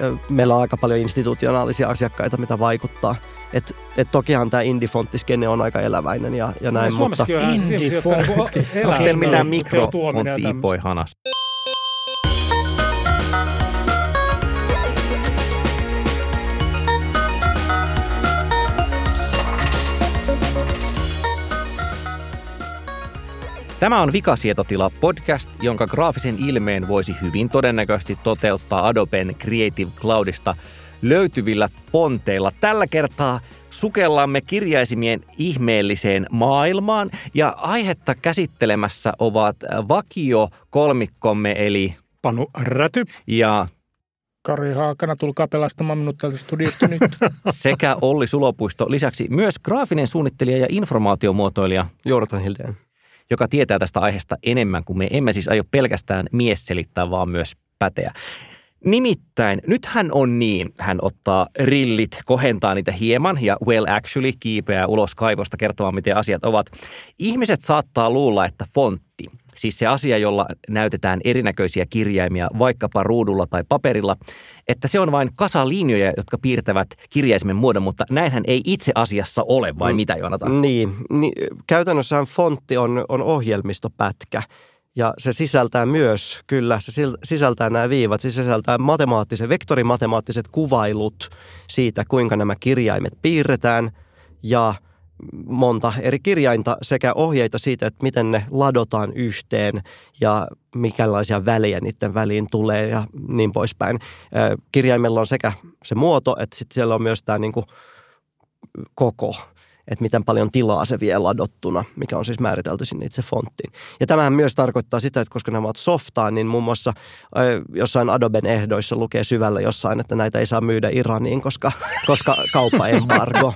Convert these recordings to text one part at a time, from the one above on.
meillä on aika paljon institutionaalisia asiakkaita, mitä vaikuttaa. Tokihan tämä indie-fonttiskene on aika eläväinen ja näin, mutta... Indie-fonttis. Onko teillä mitään mikrofontti-ipoi hanas? Tämä on Vikasietotila podcast, jonka graafisen ilmeen voisi hyvin todennäköisesti toteuttaa Adoben Creative Cloudista löytyvillä fonteilla. Tällä kertaa sukellamme kirjaisimien ihmeelliseen maailmaan ja aihetta käsittelemässä ovat vakiokolmikkomme eli Panu Räty ja Kari Haakana, tulkaa pelastamaan minut tältä studiosta nyt. sekä Olli Sulopuisto. Lisäksi myös graafinen suunnittelija ja informaatiomuotoilija Joonatan Hildén, joka tietää tästä aiheesta enemmän kuin me. Emme siis aio pelkästään mies selittää, vaan myös päteä. Nimittäin, nythän on niin, hän ottaa rillit, kohentaa niitä hieman ja well actually kiipeää ulos kaivosta kertomaan, miten asiat ovat. Ihmiset saattaa luulla, että fontti, siis se asia, jolla näytetään erinäköisiä kirjaimia vaikkapa ruudulla tai paperilla, että se on vain kasa linjoja, jotka piirtävät kirjaimen muodon, mutta näinhän ei itse asiassa ole, vai mitä Joonatan? Niin, käytännössähän fontti on ohjelmistopätkä. Ja se sisältää myös, kyllä, se sisältää nämä viivat, se sisältää vektorimatemaattiset kuvailut siitä, kuinka nämä kirjaimet piirretään ja monta eri kirjainta sekä ohjeita siitä, että miten ne ladotaan yhteen ja mikälaisia välejä niiden väliin tulee ja niin poispäin. Kirjaimella on sekä se muoto, että sitten siellä on myös tämä niin kuin koko, että miten paljon tilaa se vie ladottuna, mikä on siis määritelty sinne itse fonttiin. Ja tämähän myös tarkoittaa sitä, että koska nämä ovat softaa, niin muun muassa jossain Adoben ehdoissa lukee syvällä jossain, että näitä ei saa myydä Iraniin, koska kauppaembargo.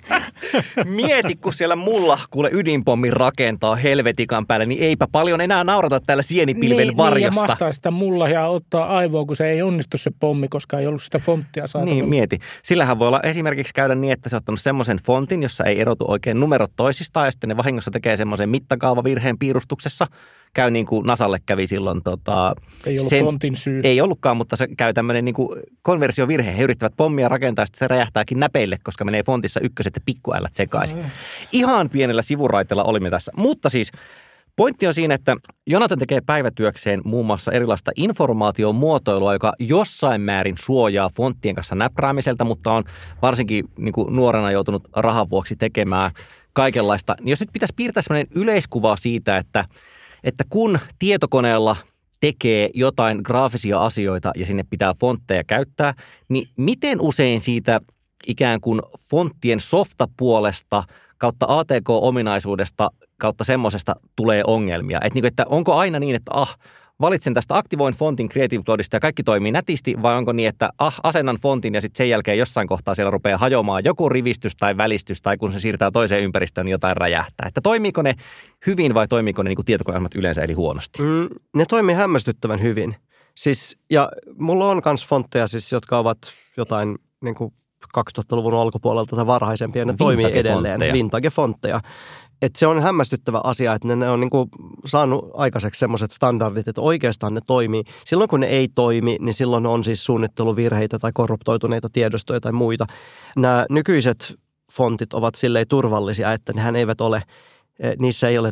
Mieti, kun siellä mulla kuule ydinpommin rakentaa helvetikan päälle, niin eipä paljon enää naurata täällä sienipilven varjossa. Niin, ja mahtaa sitä mulla ja ottaa aivoon, kun se ei onnistu se pommi, koska ei ollut sitä fonttia saatavilla. Niin, mieti. Sillähän voi olla esimerkiksi käydä niin, että se on ottanut semmoisen fontin, jossa ei erotu oikein numerot toisistaan, ja sitten ne vahingossa tekee semmoisen mittakaavavirheen piirustuksessa. Käy niin kuin Nasalle kävi silloin. Ei ollut fontin syy. Ei ollutkaan, mutta se käy tämmöinen niin kuin konversiovirhe. He yrittävät pommia rakentaa, sitten se räjähtääkin näpeille, koska menee fontissa ykköset ja pikkuällät sekaisin. Ihan pienellä sivuraiteella olimme tässä. Mutta siis pointti on siinä, että Jonathan tekee päivätyökseen muun muassa erilaista informaatiomuotoilua, joka jossain määrin suojaa fonttien kanssa näpräämiseltä, mutta on varsinkin niin kuin nuorena joutunut rahan vuoksi tekemään kaikenlaista. Jos nyt pitäisi piirtää sellainen yleiskuva siitä, että kun tietokoneella tekee jotain graafisia asioita ja sinne pitää fontteja käyttää, niin miten usein siitä ikään kuin fonttien softapuolesta kautta ATK-ominaisuudesta kautta semmoisesta tulee ongelmia? Että onko aina niin, että valitsen tästä, aktivoin fontin Creative Cloudista ja kaikki toimii nätisti, vai onko niin, että asennan fontin ja sitten sen jälkeen jossain kohtaa siellä rupeaa hajoamaan joku rivistys tai välistys tai kun se siirtää toiseen ympäristöön, niin jotain räjähtää. Että toimiiko ne hyvin vai toimiiko ne niin kuin tietokoneohjelmat yleensä eli huonosti? Ne toimii hämmästyttävän hyvin. Siis, ja mulla on myös fontteja, siis, jotka ovat jotain niin kuin 2000-luvun alkupuolelta tai varhaisempia, ne toimii edelleen. Vintage-fontteja. Että se on hämmästyttävä asia, että ne on niinku saanut aikaiseksi semmoiset standardit, että oikeastaan ne toimii. Silloin kun ne ei toimi, niin silloin on siis suunnitteluvirheitä tai korruptoituneita tiedostoja tai muita. Nämä nykyiset fontit ovat silleen turvallisia, että nehän eivät ole, niissä ei ole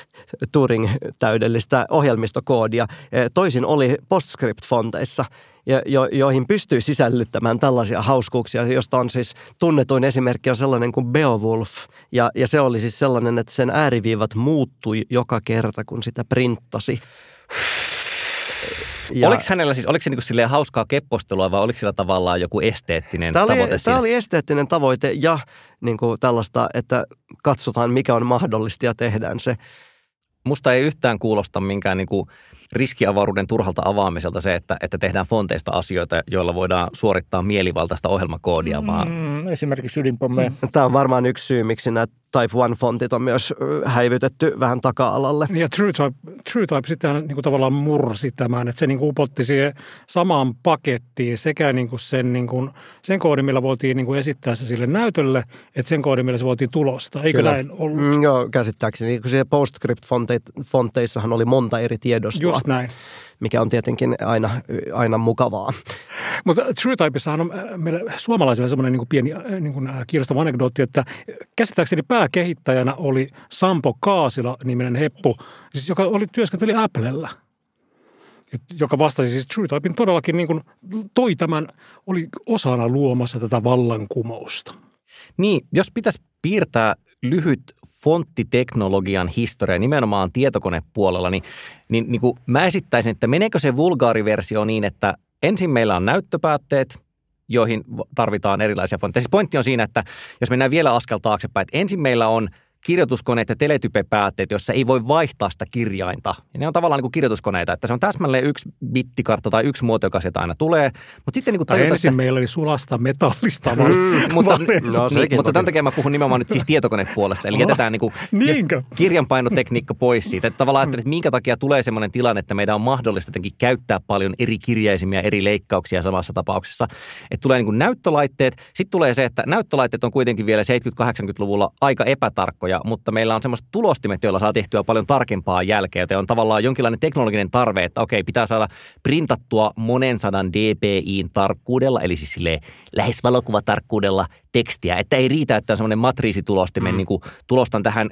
Turing-täydellistä ohjelmistokoodia. Toisin oli PostScript-fonteissa, joihin pystyy sisällyttämään tällaisia hauskuuksia, josta on siis tunnetuin esimerkki on sellainen kuin Beowulf. Ja se oli siis sellainen, että sen ääriviivat muuttui joka kerta, kun sitä printtasi. Oliko hänellä siis, oliko se niin kuin hauskaa keppostelua vai oliko sillä tavallaan joku esteettinen tavoite? Tämä oli esteettinen tavoite ja niin kuin tällaista, että katsotaan mikä on mahdollista ja tehdään se. Musta ei yhtään kuulosta minkään niin kuin riskiavaruuden turhalta avaamiselta se, että tehdään fonteista asioita, joilla voidaan suorittaa mielivaltaista ohjelmakoodia. Esimerkiksi ydinpommeja. Tämä on varmaan yksi syy, miksi nämä Type 1-fontit on myös häivytetty vähän taka-alalle. Ja TrueType sitten niin kuin tavallaan mursi tämän, että se niin kuin upotti siihen samaan pakettiin sekä niin kuin sen koodin, millä voitiin niin kuin esittää se sille näytölle, että sen koodin, millä se voitiin tulosta. Eikö Kyllä. näin ollut? Joo, käsittääkseni. Kun siellä PostScript-fonteissahan oli monta eri tiedostoa. Just näin. mikä on tietenkin aina mukavaa. Mutta TrueTypeissahan on meillä suomalaisilla semmoinen niin kuin pieni niin kuin kiinnostava anekdootti, että käsittääkseni pääkehittäjänä oli Sampo Kaasila-niminen heppu, siis joka työskenteli Applella, joka vastasi siis TrueTypein todellakin niin kuin toi tämän, oli osana luomassa tätä vallankumousta. Niin, jos pitäisi piirtää lyhyt fonttiteknologian historia nimenomaan tietokonepuolella, niin kuin mä esittäisin, että meneekö se vulgaariversio niin, että ensin meillä on näyttöpäätteet, joihin tarvitaan erilaisia fontteja. Siis pointti on siinä, että jos mennään vielä askel taaksepäin, että ensin meillä on kirjoituskoneet ja teletypepäätteet, jossa ei voi vaihtaa sitä kirjainta. Ja ne on tavallaan niin kuin kirjoituskoneita, että se on täsmälleen yksi bittikartta tai yksi muoto, joka sieltä aina tulee. Mutta sitten niin kuin tajuta, ensin meillä oli sulasta metallista. Mutta tämän takia mä puhun nimenomaan nyt siis tietokonepuolesta. Eli jätetään niin kuin kirjanpainotekniikka pois siitä. Että tavallaan ajattelet, että minkä takia tulee sellainen tilanne, että meidän on mahdollista jotenkin käyttää paljon eri kirjaisimiä, eri leikkauksia samassa tapauksessa. Että tulee niin kuin näyttölaitteet. Sitten tulee se, että näyttölaitteet on kuitenkin vielä 70-80-luvulla aika epätarkkoja. Mutta meillä on semmoiset tulostimet, joilla saa tehtyä paljon tarkempaa jälkeä, joten on tavallaan jonkinlainen teknologinen tarve, että okei, pitää saada printattua monen sadan dpi:n tarkkuudella, eli siis silleen lähes valokuvatarkkuudella tekstiä, että ei riitä, että on semmoinen matriisitulostimen, niin kuin tulostan tähän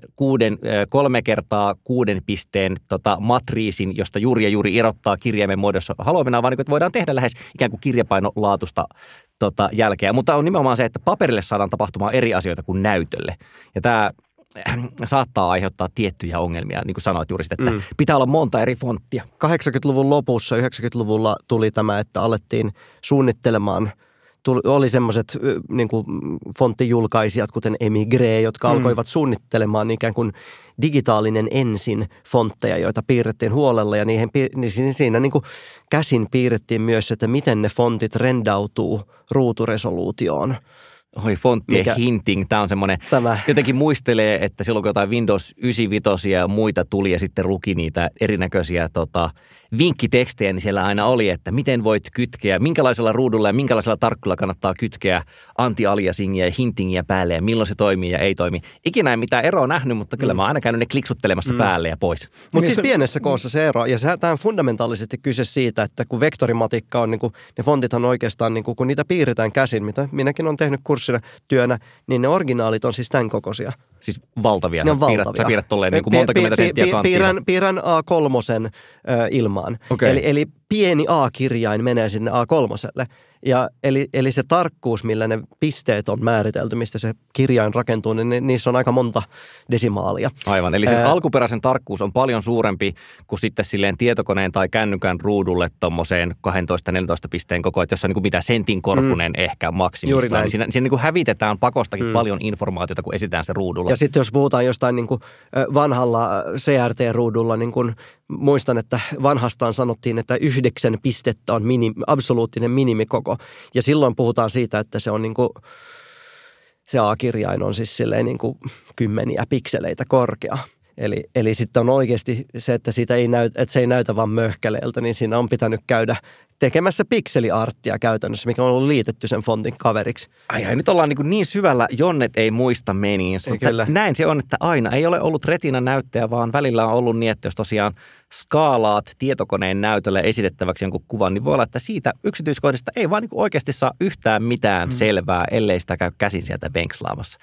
3 kertaa 6 pisteen matriisin, josta juuri irrottaa kirjaimen muodossa haluavinaan, vaan että voidaan tehdä lähes ikään kuin kirjapainolaatusta jälkeä. Mutta on nimenomaan se, että paperille saadaan tapahtumaan eri asioita kuin näytölle. Ja tämä saattaa aiheuttaa tiettyjä ongelmia, niin kuin sanoit juuri sitä, että pitää olla monta eri fonttia. 80-luvun lopussa, 90-luvulla tuli tämä, että alettiin suunnittelemaan. Oli semmoiset niin kuin fonttijulkaisijat, kuten Emigre, jotka alkoivat suunnittelemaan ikään kuin digitaalinen ensin fontteja, joita piirrettiin huolella. Ja siinä niin kuin käsin piirrettiin myös, että miten ne fontit rendautuu ruuturesoluutioon. Oi, fonttien hinting. Tämä on semmoinen, jotenkin muistelee, että silloin kun jotain Windows 95 ja muita tuli ja sitten luki niitä erinäköisiä vinkkitekstejä, niin siellä aina oli, että miten voit kytkeä, minkälaisella ruudulla ja minkälaisella tarkkuudella kannattaa kytkeä anti-aliasingia ja hintingiä päälle ja milloin se toimii ja ei toimi. Ikinä en mitään eroa nähnyt, mutta kyllä mä oon aina käynyt ne kliksuttelemassa päälle ja pois. Mutta siis pienessä koossa se ero, ja tämä on fundamentaalisesti kyse siitä, että kun vektorimatikka on, niin kuin, ne fontithan oikeastaan, niin kuin, kun niitä piirretään käsin, mitä minäkin olen tehnyt kurssina työnä, niin ne originaalit on siis tämän kokoisia. Siis valtavia. Ne on valtavia. Sä piirrät tolleen niin kuin monta kymmentä senttiä kanttiinsa. Piirrän A3 ilmaan. Okay. Eli pieni A-kirjain menee sinne A3. Ja eli se tarkkuus, millä ne pisteet on määritelty, mistä se kirjain rakentuu, niin niissä on aika monta desimaalia. Aivan, eli sen alkuperäisen tarkkuus on paljon suurempi kuin sitten silleen tietokoneen tai kännykän ruudulle tommoseen 12-14 pisteen koko, että jos on niin kuin mitä sentin korkunen ehkä maksimissaan, niin siinä niin kuin hävitetään pakostakin paljon informaatiota, kun esitään se ruudulla. Ja sitten jos puhutaan jostain niin kuin vanhalla CRT-ruudulla, niin kuin muistan, että vanhastaan sanottiin, että 9 pistettä on absoluuttinen minimikoko. Ja silloin puhutaan siitä, että se on niin kuin, se A-kirjain on siis silleen niin kuin 10 pikseleitä korkea. Eli sitten on oikeasti se, että se ei näytä vaan möhkäleeltä, niin siinä on pitänyt käydä tekemässä pikseliarttia käytännössä, mikä on ollut liitetty sen fontin kaveriksi. Ai, nyt ollaan niin syvällä, Jonnet ei muista meniinsä. Näin se on, että aina ei ole ollut retina-näyttäjä, vaan välillä on ollut niin, että jos tosiaan skaalaat tietokoneen näytölle esitettäväksi jonkun kuvan, niin voi olla, että siitä yksityiskohdista ei vaan niin oikeasti saa yhtään mitään selvää, ellei sitä käy käsin sieltä venkslaamassa.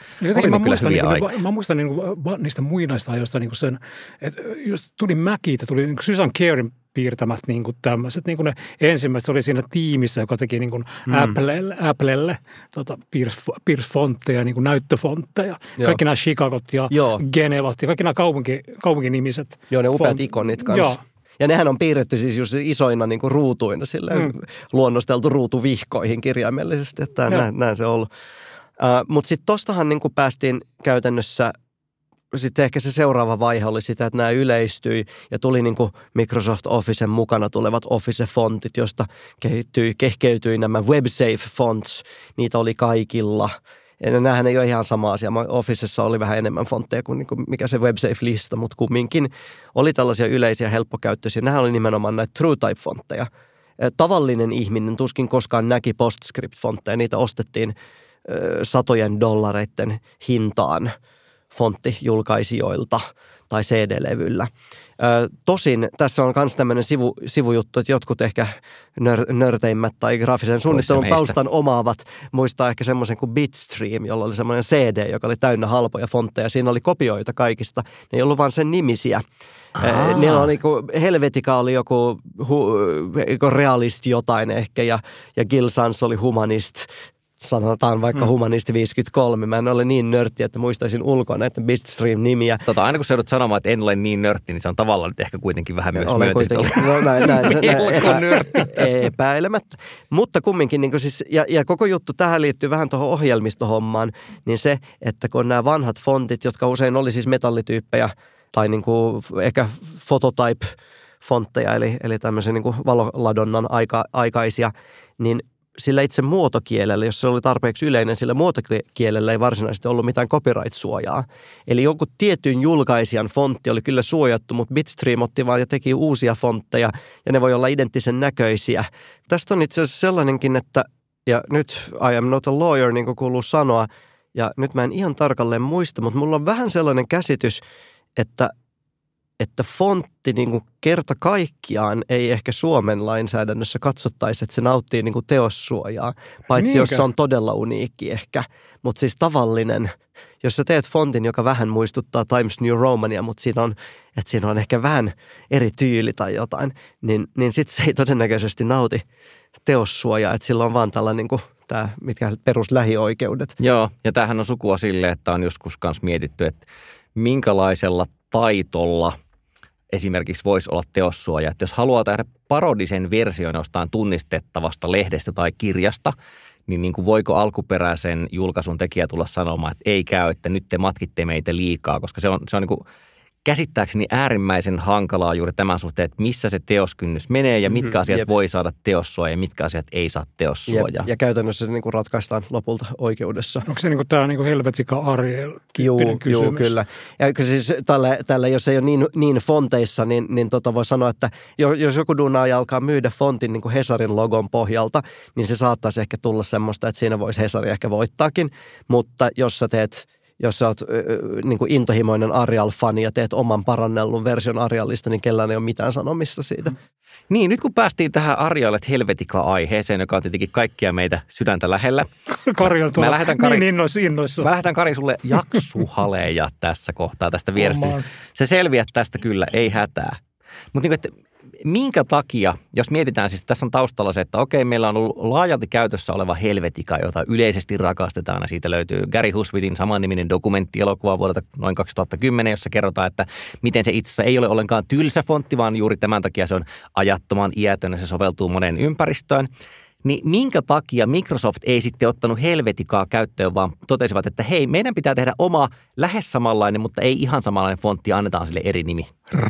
Mä muistan niistä muinaista ajoista sen, että just tuli Macitä, tuli Susan Carein piirtämät niin kuin tämmöiset, niin kuin ne ensimmäiset, se oli siinä tiimissä, joka teki niin kuin Applelle piirsi fontteja, niin kuin näyttöfontteja. Kaikki nämä Chicagot ja Genevat ja kaikki nämä kaupunkinimiset. Joo, ne upeat ikonit kanssa. Joo. Ja nehän on piirretty siis just isoina niin kuin ruutuina, luonnosteltu ruutuvihkoihin kirjaimellisesti, että näin se on ollut. Mutta sitten tostahan niin kuin päästiin käytännössä. Sitten ehkä se seuraava vaihe oli sitä, että nämä yleistyi ja tuli niin kuin Microsoft Officen mukana tulevat Office-fontit, josta kehkeytyi nämä WebSafe fonts. Niitä oli kaikilla. Ja nämähän ei ole ihan sama asia. Officessa oli vähän enemmän fontteja kuin mikä se WebSafe-lista, mutta kumminkin oli tällaisia yleisiä helppokäyttöisiä. Nämähän oli nimenomaan näitä TrueType-fontteja. Tavallinen ihminen tuskin koskaan näki PostScript-fontteja. Niitä ostettiin $100 hintaan fonttijulkaisijoilta tai CD-levyllä. Tosin tässä on myös tämmöinen sivujuttu, että jotkut ehkä nörteimmät tai graafisen suunnittelun taustan omaavat muistaa ehkä semmoisen kuin Bitstream, jolla oli semmoinen CD, joka oli täynnä halpoja fontteja. Siinä oli kopioita kaikista. Ne ei ollut vaan sen nimisiä. Niillä oli Helvetica oli joku realisti jotain ehkä ja Gill Sans oli humanist. Sanotaan vaikka humanisti 53. Mä en ole niin nörtti, että muistaisin ulkoa näitä Bitstream-nimiä. Aina kun sä joudut sanomaan, että en ole niin nörtti, niin se on tavallaan nyt ehkä kuitenkin vähän myös myönteistä. No näin epäilemättä. Mutta kumminkin, niin siis, ja koko juttu tähän liittyy vähän tuohon ohjelmistohommaan, niin se, että kun nämä vanhat fontit, jotka usein oli siis metallityyppejä tai niin kuin ehkä phototype-fontteja, eli tämmöisiä niin kuin valoladonnan aikaisia, niin sillä itse muotokielellä, jos se oli tarpeeksi yleinen, sillä muotokielellä ei varsinaisesti ollut mitään copyright-suojaa. Eli jonkun tietyn julkaisijan fontti oli kyllä suojattu, mutta Bitstream otti vaan ja teki uusia fontteja, ja ne voi olla identtisen näköisiä. Tästä on itse asiassa sellainenkin, että, ja nyt I am not a lawyer, niin kuin kuuluu sanoa, ja nyt mä en ihan tarkalleen muista, mutta mulla on vähän sellainen käsitys, että fontti niin kuin kerta kaikkiaan ei ehkä Suomen lainsäädännössä katsottaisi, että se nauttii niin kuin teossuojaa, paitsi jos se on todella uniikki ehkä. Mutta siis tavallinen, jos sä teet fontin, joka vähän muistuttaa Times New Romania, mutta siinä on ehkä vähän eri tyyli tai jotain, niin sitten se ei todennäköisesti nauti teossuojaa, että sillä on vaan tällainen niin kuin tämä, mitkä peruslähioikeudet. Joo, ja tämähän on sukua sille, että on joskus myös mietitty, että minkälaisella taitolla esimerkiksi voisi olla teossuoja. Että jos haluaa tehdä parodisen version jostain tunnistettavasta lehdestä tai kirjasta, niin kuin voiko alkuperäisen julkaisun tekijä tulla sanomaan, että ei käy, että nyt te matkitte meitä liikaa, koska se on niin kuin käsittääkseni äärimmäisen hankalaa juuri tämän suhteen, että missä se teoskynnys menee ja mitkä asiat voi saada teossuojaa ja mitkä asiat ei saa teossuojaa. Ja käytännössä se niin kuin ratkaistaan lopulta oikeudessa. Onko se niin kuin tämä niin kuin Helvetica Ariel-tyyppinen kysymys? Joo, kyllä. Ja siis tällä jos ei ole niin fonteissa, niin voi sanoa, että jos joku duunaaja alkaa myydä fontin niin kuin Hesarin logon pohjalta, niin se saattaisi ehkä tulla semmoista, että siinä voisi Hesari ehkä voittaakin. Mutta jos sä oot niin kuin intohimoinen Arial-fani ja teet oman parannellun version Arialista, niin kellään ei ole mitään sanomista siitä. Niin, nyt kun päästiin tähän Arialet Helvetica-aiheeseen, joka on tietenkin kaikkia meitä sydäntä lähellä. Kari on tuolla niin innoissa. Mä lähetän, Kari, sulle jaksuhaleja tässä kohtaa tästä vierestä. Se selviät tästä kyllä, ei hätää. Mutta niin, että minkä takia, jos mietitään siis, tässä on taustalla se, että okei, meillä on ollut laajalti käytössä oleva Helvetica, jota yleisesti rakastetaan, ja siitä löytyy Gary Huswithin samanniminen dokumenttielokuva vuodelta noin 2010, jossa kerrotaan, että miten se itse asiassa ei ole ollenkaan tylsä fontti, vaan juuri tämän takia se on ajattoman iätön ja se soveltuu moneen ympäristöön. Niin minkä takia Microsoft ei sitten ottanut Helveticaa käyttöön, vaan totesivat, että hei, meidän pitää tehdä oma lähes samanlainen, mutta ei ihan samanlainen fontti ja annetaan sille eri nimi.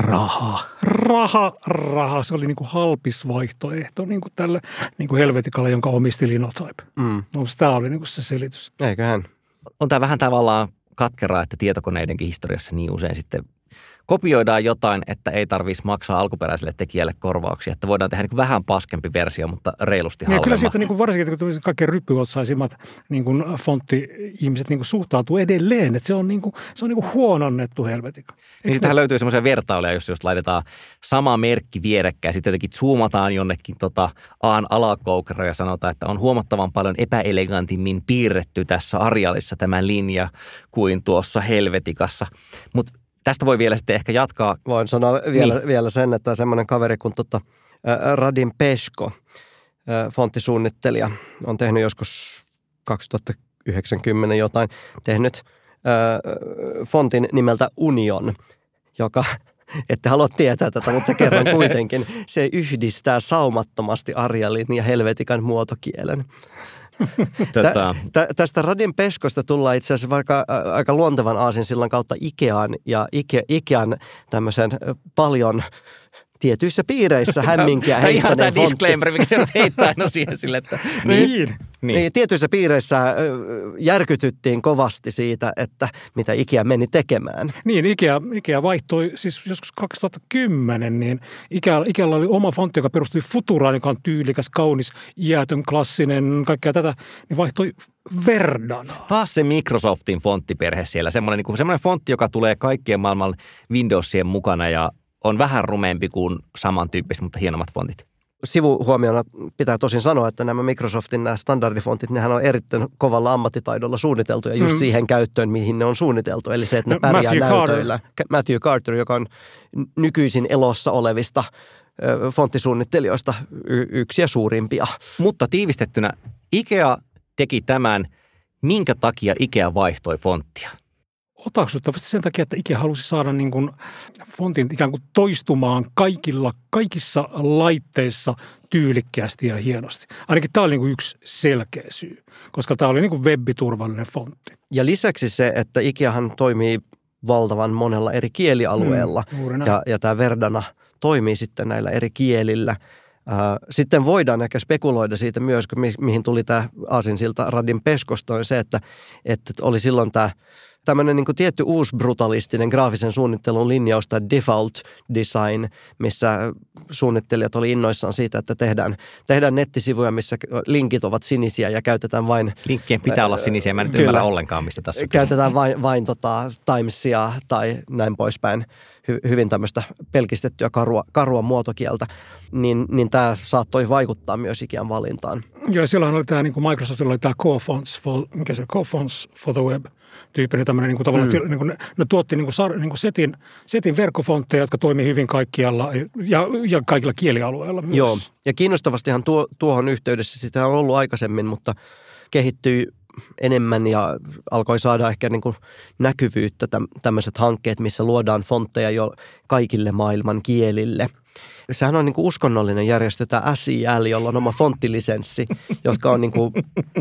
Raha. Se oli niin kuin halpis vaihtoehto niin kuin tälle niin kuin Helveticalle, jonka omisti Linotype. Tämä oli niin kuin se selitys. Eiköhän. On tämä vähän tavallaan katkeraa, että tietokoneidenkin historiassa niin usein sitten kopioidaan jotain, että ei tarvitsisi maksaa alkuperäiselle tekijälle korvauksia. Että voidaan tehdä niin vähän paskempi versio, mutta reilusti halvemman. Kyllä siitä niin varsinkin, kun kaikkein ryppyotsaisimmat niin fontti-ihmiset niin suhtautuu edelleen. Että se on huononnettu Helvetica. Niin sitähän löytyy semmoisia vertailuja, jos laitetaan sama merkki vierekkäin. Sitten jotenkin zoomataan jonnekin A:n alakoukeroon ja sanotaan, että on huomattavan paljon epäelegantimmin piirretty tässä Arialissa tämä linja kuin tuossa Helveticassa. Mutta tästä voi vielä sitten ehkä jatkaa. Voin sanoa vielä sen, että semmoinen kaveri kuin Radim Peško, fonttisuunnittelija, on tehnyt joskus 2090 jotain, tehnyt fontin nimeltä Union, joka, ette halua tietää tätä, mutta kerran kuitenkin, se yhdistää saumattomasti Arialin ja Helvetican muotokielen. Tästä Radim Peškosta tullaan itse asiassa vaikka aika luontevan aasinsillan kautta Ikeaan ja Ikean tämmöisen paljon tietyissä piireissä hämminkiä heittäneen fontti. Ihan tämä disclaimer, mikä se on heittää aina siihen sille, että niin. Tietyissä piireissä järkytyttiin kovasti siitä, että mitä Ikea meni tekemään. Niin, Ikea vaihtoi siis joskus 2010, niin Ikealla oli oma fontti, joka perustui Futuraan, joka on tyylikäs, kaunis, iätön, klassinen, kaikkea tätä, niin vaihtoi Verdana. Taas se Microsoftin fonttiperhe siellä, semmoinen fontti, joka tulee kaikkien maailman Windowsien mukana ja on vähän rumeempi kuin samantyyppiset, mutta hienommat fontit. Sivuhuomiona pitää tosin sanoa, että nämä Microsoftin nämä standardifontit, nehän on erittäin kovalla ammattitaidolla suunniteltu ja just siihen käyttöön, mihin ne on suunniteltu. Eli se, että ne pärjää näytöillä. Matthew Carter, joka on nykyisin elossa olevista fonttisuunnittelijoista yksi ja suurimpia. Mutta tiivistettynä Ikea teki tämän, minkä takia Ikea vaihtoi fonttia? Otaksuttavasti sen takia, että Ikea halusi saada niin kuin fontin ikään kuin toistumaan kaikissa laitteissa tyylikkäästi ja hienosti. Ainakin tämä oli niin kuin yksi selkeä syy, koska tämä oli niin kuin web-turvallinen fontti. Ja lisäksi se, että Ikeahan toimii valtavan monella eri kielialueella ja tämä Verdana toimii sitten näillä eri kielillä. Sitten voidaan ehkä spekuloida siitä myös, mihin tuli tämä aasinsilta Radim Peskosta, on se, että oli silloin tämmöinen niin kuin tietty uusbrutalistinen graafisen suunnittelun linjaus tai default design, missä suunnittelijat oli innoissaan siitä, että tehdään nettisivuja, missä linkit ovat sinisiä ja käytetään vain... Linkkien pitää olla sinisiä, mä en ymmärrä ollenkaan, mistä tässä on. Käytetään vain Timesia tai näin poispäin, hyvin tämmöistä pelkistettyä karua muotokieltä, niin tämä saattoi vaikuttaa myös Ikean valintaan. Joo, silloin oli tämä, niin kuin Microsoftilla oli tämä Cofonts for the Web -tyyppinen tämmöinen niin kuin tavallaan, niin kuin ne tuotti niin kuin setin verkkofontteja, jotka toimii hyvin kaikkialla ja kaikilla kielialueilla myös. Joo, ja kiinnostavastihan tuohon yhteydessä, sitä on ollut aikaisemmin, mutta kehittyy enemmän ja alkoi saada ehkä niin kuin näkyvyyttä tämmöiset hankkeet, missä luodaan fontteja jo kaikille maailman kielille. Sehän on niin kuin uskonnollinen järjestö, tämä SIL, jolla on oma fonttilisenssi, jotka on niin kuin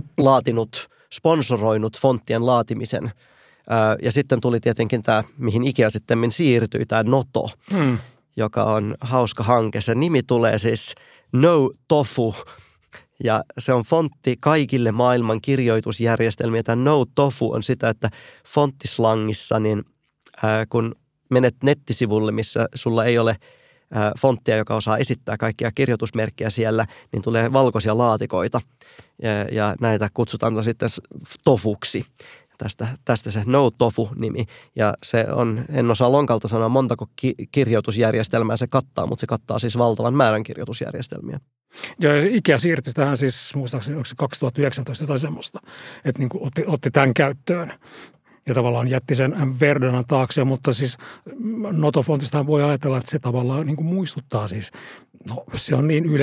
sponsoroinut fonttien laatimisen. Ja sitten tuli tietenkin tämä, mihin Ikea sitten siirtyi, tämä Noto, joka on hauska hanke. Se nimi tulee siis No Tofu. Ja se on fontti kaikille maailman kirjoitusjärjestelmiä. Tämä No Tofu on sitä, että fonttislangissa, niin kun menet nettisivulle, missä sulla ei ole fonttia, joka osaa esittää kaikkia kirjoitusmerkkejä siellä, niin tulee valkoisia laatikoita. Ja näitä kutsutaan sitten tofuksi. Tästä se No Tofu-nimi. Ja se on, en osaa lonkalta sanoa montako kirjoitusjärjestelmää se kattaa, mutta se kattaa siis valtavan määrän kirjoitusjärjestelmiä. Ja Ikea siirtyi tähän siis, muistaakseni, onko se 2019 tai semmoista, että niin kuin otti tämän käyttöön. Ja tavallaan jätti sen Verdanan taakse, mutta siis Noto-fontista voi ajatella, että se tavallaan niin kuin muistuttaa siis, no se on niin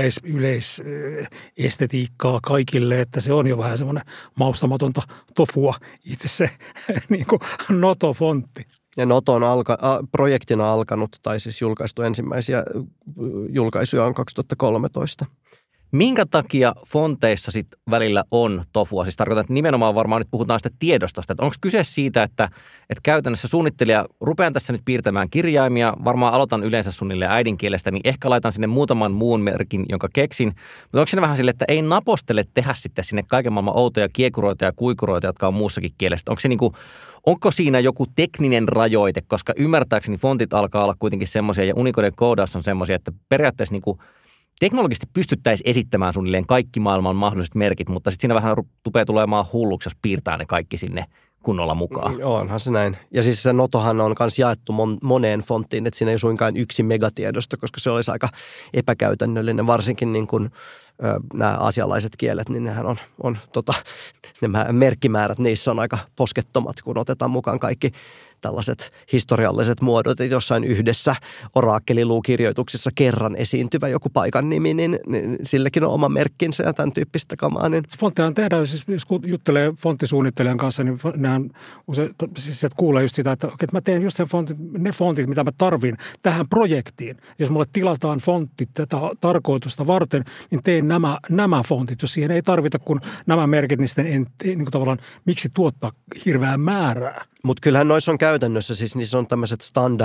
yleisestetiikkaa kaikille, että se on jo vähän semmoinen maustamatonta tofua itse se niin kuin Noto-fontti. Ja Noto on projektina alkanut, tai siis julkaistu ensimmäisiä julkaisuja on 2013. Minkä takia fonteissa sitten välillä on tofua? Siis tarkoitan, että nimenomaan varmaan nyt puhutaan sitä tiedostosta. Onko kyse siitä, että käytännössä suunnittelija, rupean tässä nyt piirtämään kirjaimia, varmaan aloitan yleensä suunnilleen äidinkielestä, niin ehkä laitan sinne muutaman muun merkin, jonka keksin. Mutta onko siinä vähän sille, että ei napostele tehdä sitten sinne kaiken maailman outoja kiekuroita ja kuikuroita, jotka on muussakin kielestä? Onko siinä joku tekninen rajoite, koska ymmärtääkseni fontit alkaa olla kuitenkin semmoisia ja Unicoden koodaus on semmoisia, että periaatteessa teknologisesti pystyttäisiin esittämään suunnilleen kaikki maailman mahdolliset merkit, mutta sitten siinä vähän rupeaa tulemaan hulluksi, jos piirtää ne kaikki sinne kunnolla mukaan. Onhan se näin. Ja siis se Notohan on myös jaettu moneen fonttiin, että siinä ei suinkaan yksi megatiedosto, koska se olisi aika epäkäytännöllinen, varsinkin niin kuin nämä asialaiset kielet, niin nehän on nämä merkkimäärät, niissä on aika poskettomat, kun otetaan mukaan kaikki tällaiset historialliset muodot, että jossain yhdessä orakkeliluukirjoituksessa kerran esiintyvä joku paikan nimi, niin sillekin on oma merkkinsä ja tämän tyyppistä kamaa. Niin. Fonttehan tehdään, siis jos juttelee fonttisuunnittelijan kanssa, niin nehän usein siis kuulee just sitä, että mä teen just ne fontit, mitä mä tarvin tähän projektiin. Jos mulle tilataan fontit tätä tarkoitusta varten, niin teen nämä fontit. Jos siihen ei tarvita kuin nämä merkit, niin sitten niin kuin tavallaan miksi tuottaa hirveää määrää. Mutta kyllähän noissa on käytännössä, siis niissä on tämmöiset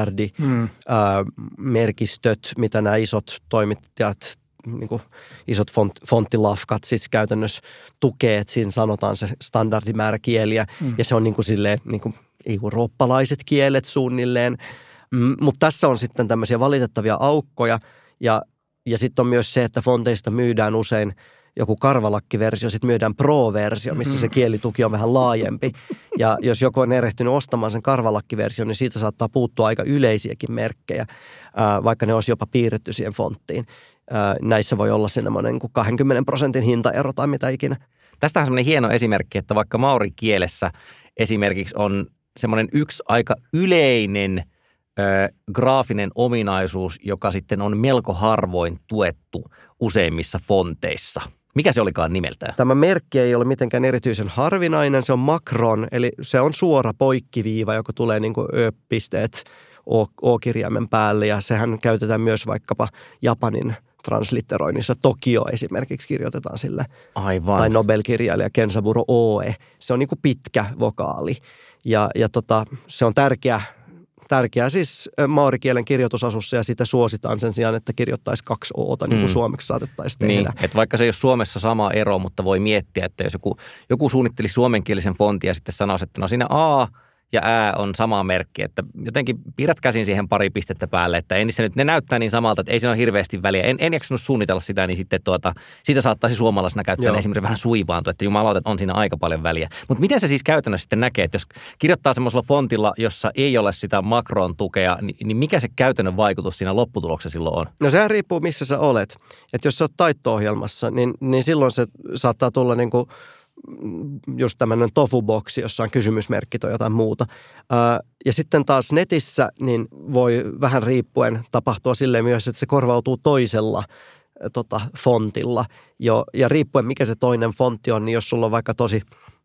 standardimerkistöt, mitä nämä isot toimittajat, niin kuin isot fonttilafkat siis käytännössä tukee, että siinä sanotaan se standardimäärä kieliä, ja se on niin kuin silleen niin kuin eurooppalaiset kielet suunnilleen. Mutta tässä on sitten tämmöisiä valitettavia aukkoja, ja sitten on myös se, että fonteista myydään usein joku karvalakkiversio, sitten myydään pro-versio, missä se kielituki on vähän laajempi. Ja jos joku on erehtynyt ostamaan sen karvalakkiversion, niin siitä saattaa puuttua aika yleisiäkin merkkejä, vaikka ne olisi jopa piirretty siihen fonttiin. Näissä voi olla semmoinen 20% hintaero tai mitä ikinä. Tästä on semmoinen hieno esimerkki, että vaikka maorikielessä esimerkiksi on semmoinen yksi aika yleinen graafinen ominaisuus, joka sitten on melko harvoin tuettu useimmissa fonteissa. Mikä se olikaan nimeltään? Tämä merkki ei ole mitenkään erityisen harvinainen. Se on makron, eli se on suora poikkiviiva, joka tulee niin kuin ö-pisteet O-kirjaimen päälle. Ja sehän käytetään myös vaikkapa Japanin translitteroinnissa. Tokio esimerkiksi kirjoitetaan sille. Aivan. Tai Nobel-kirjailija Kensaburo Oe. Se on niin kuin pitkä vokaali. Ja se on tärkeä siis maorikielen kirjoitusasussa, ja sitä suositaan sen sijaan, että kirjoittaisi 2 oota, niin kuin suomeksi saatettaisiin tehdä. Niin, että vaikka se ei ole Suomessa sama ero, mutta voi miettiä, että jos joku suunnitteli suomenkielisen fontin ja sitten sanoisi, että no siinä A ja Ä on sama merkki, että jotenkin piirrät käsin siihen pari pistettä päälle, että ei nyt, ne näyttää niin samalta, että ei siinä ole hirveästi väliä. En jaksanut suunnitella sitä, niin sitten siitä saattaisi suomalaisena käyttää esimerkiksi vähän suivaantua, että jumalauta, että on siinä aika paljon väliä. Mutta miten se siis käytännössä sitten näkee, että jos kirjoittaa semmoisella fontilla, jossa ei ole sitä makron tukea, niin mikä se käytännön vaikutus siinä lopputuloksessa silloin on? No sehän riippuu, missä sä olet. Että jos sä oot taitto-ohjelmassa, niin silloin se saattaa tulla niin kuin just tämmöinen tofu-boksi, jossa on kysymysmerkki tai jotain muuta. Ja sitten taas netissä niin voi vähän riippuen tapahtua silleen myös, että se korvautuu toisella fontilla. Ja riippuen mikä se toinen fontti on, niin jos sulla on vaikka tosi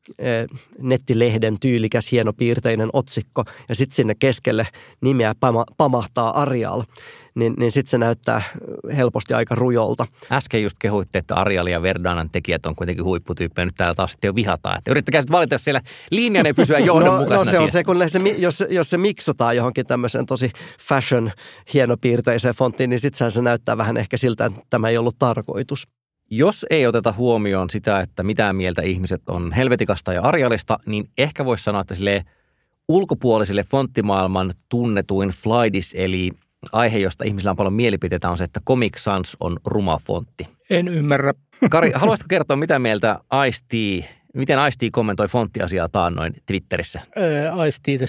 nettilehden tyylikäs, hienopiirteinen otsikko ja sitten sinne keskelle nimeä pamahtaa Arial, niin sitten se näyttää helposti aika rujolta. Äsken just kehuitte, että Arial ja Verdanan tekijät on kuitenkin huipputyyppejä. Nyt täällä taas sitten jo vihataan. Että yrittäkää sitten valita, jos siellä linjan ei pysyä johdonmukaisena. No se on se, kun jos se miksataan johonkin tämmöiseen tosi fashion hienopiirteiseen fonttiin, niin sitten se näyttää vähän ehkä siltä, että tämä ei ollut tarkoitus. Jos ei oteta huomioon sitä, että mitä mieltä ihmiset on Helvetikasta ja Arialista, niin ehkä voisi sanoa, että sille ulkopuoliselle fonttimaailman tunnetuin Flydis, eli aihe, josta ihmisillä on paljon mielipiteitä, on se, että Comic Sans on ruma fontti. En ymmärrä. Kari, haluaisitko kertoa, mitä mieltä miten Ice-T kommentoi fonttiasiaa taannoin Twitterissä? Ice-T:tä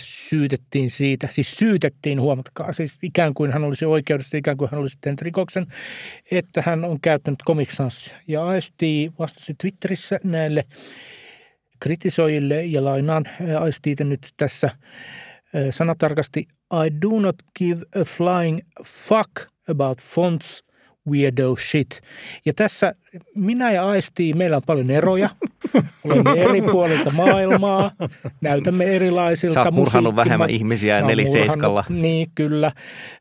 syytettiin, huomatkaa, siis ikään kuin hän olisi oikeudessa, ikään kuin hän olisi tehnyt rikoksen, että hän on käyttänyt Comic Sansia. Ja Ice-T vastasi Twitterissä näille kritisoijille, ja lainaan Ice-T:tä nyt tässä sanatarkasti: I do not give a flying fuck about fonts, weirdo shit. Ja tässä minä ja Ice-T, meillä on paljon eroja. Olemme eri puolilta maailmaa, näytämme erilaisilta. Sä oot murhannut vähemmän ihmisiä 4/7. Niin, kyllä.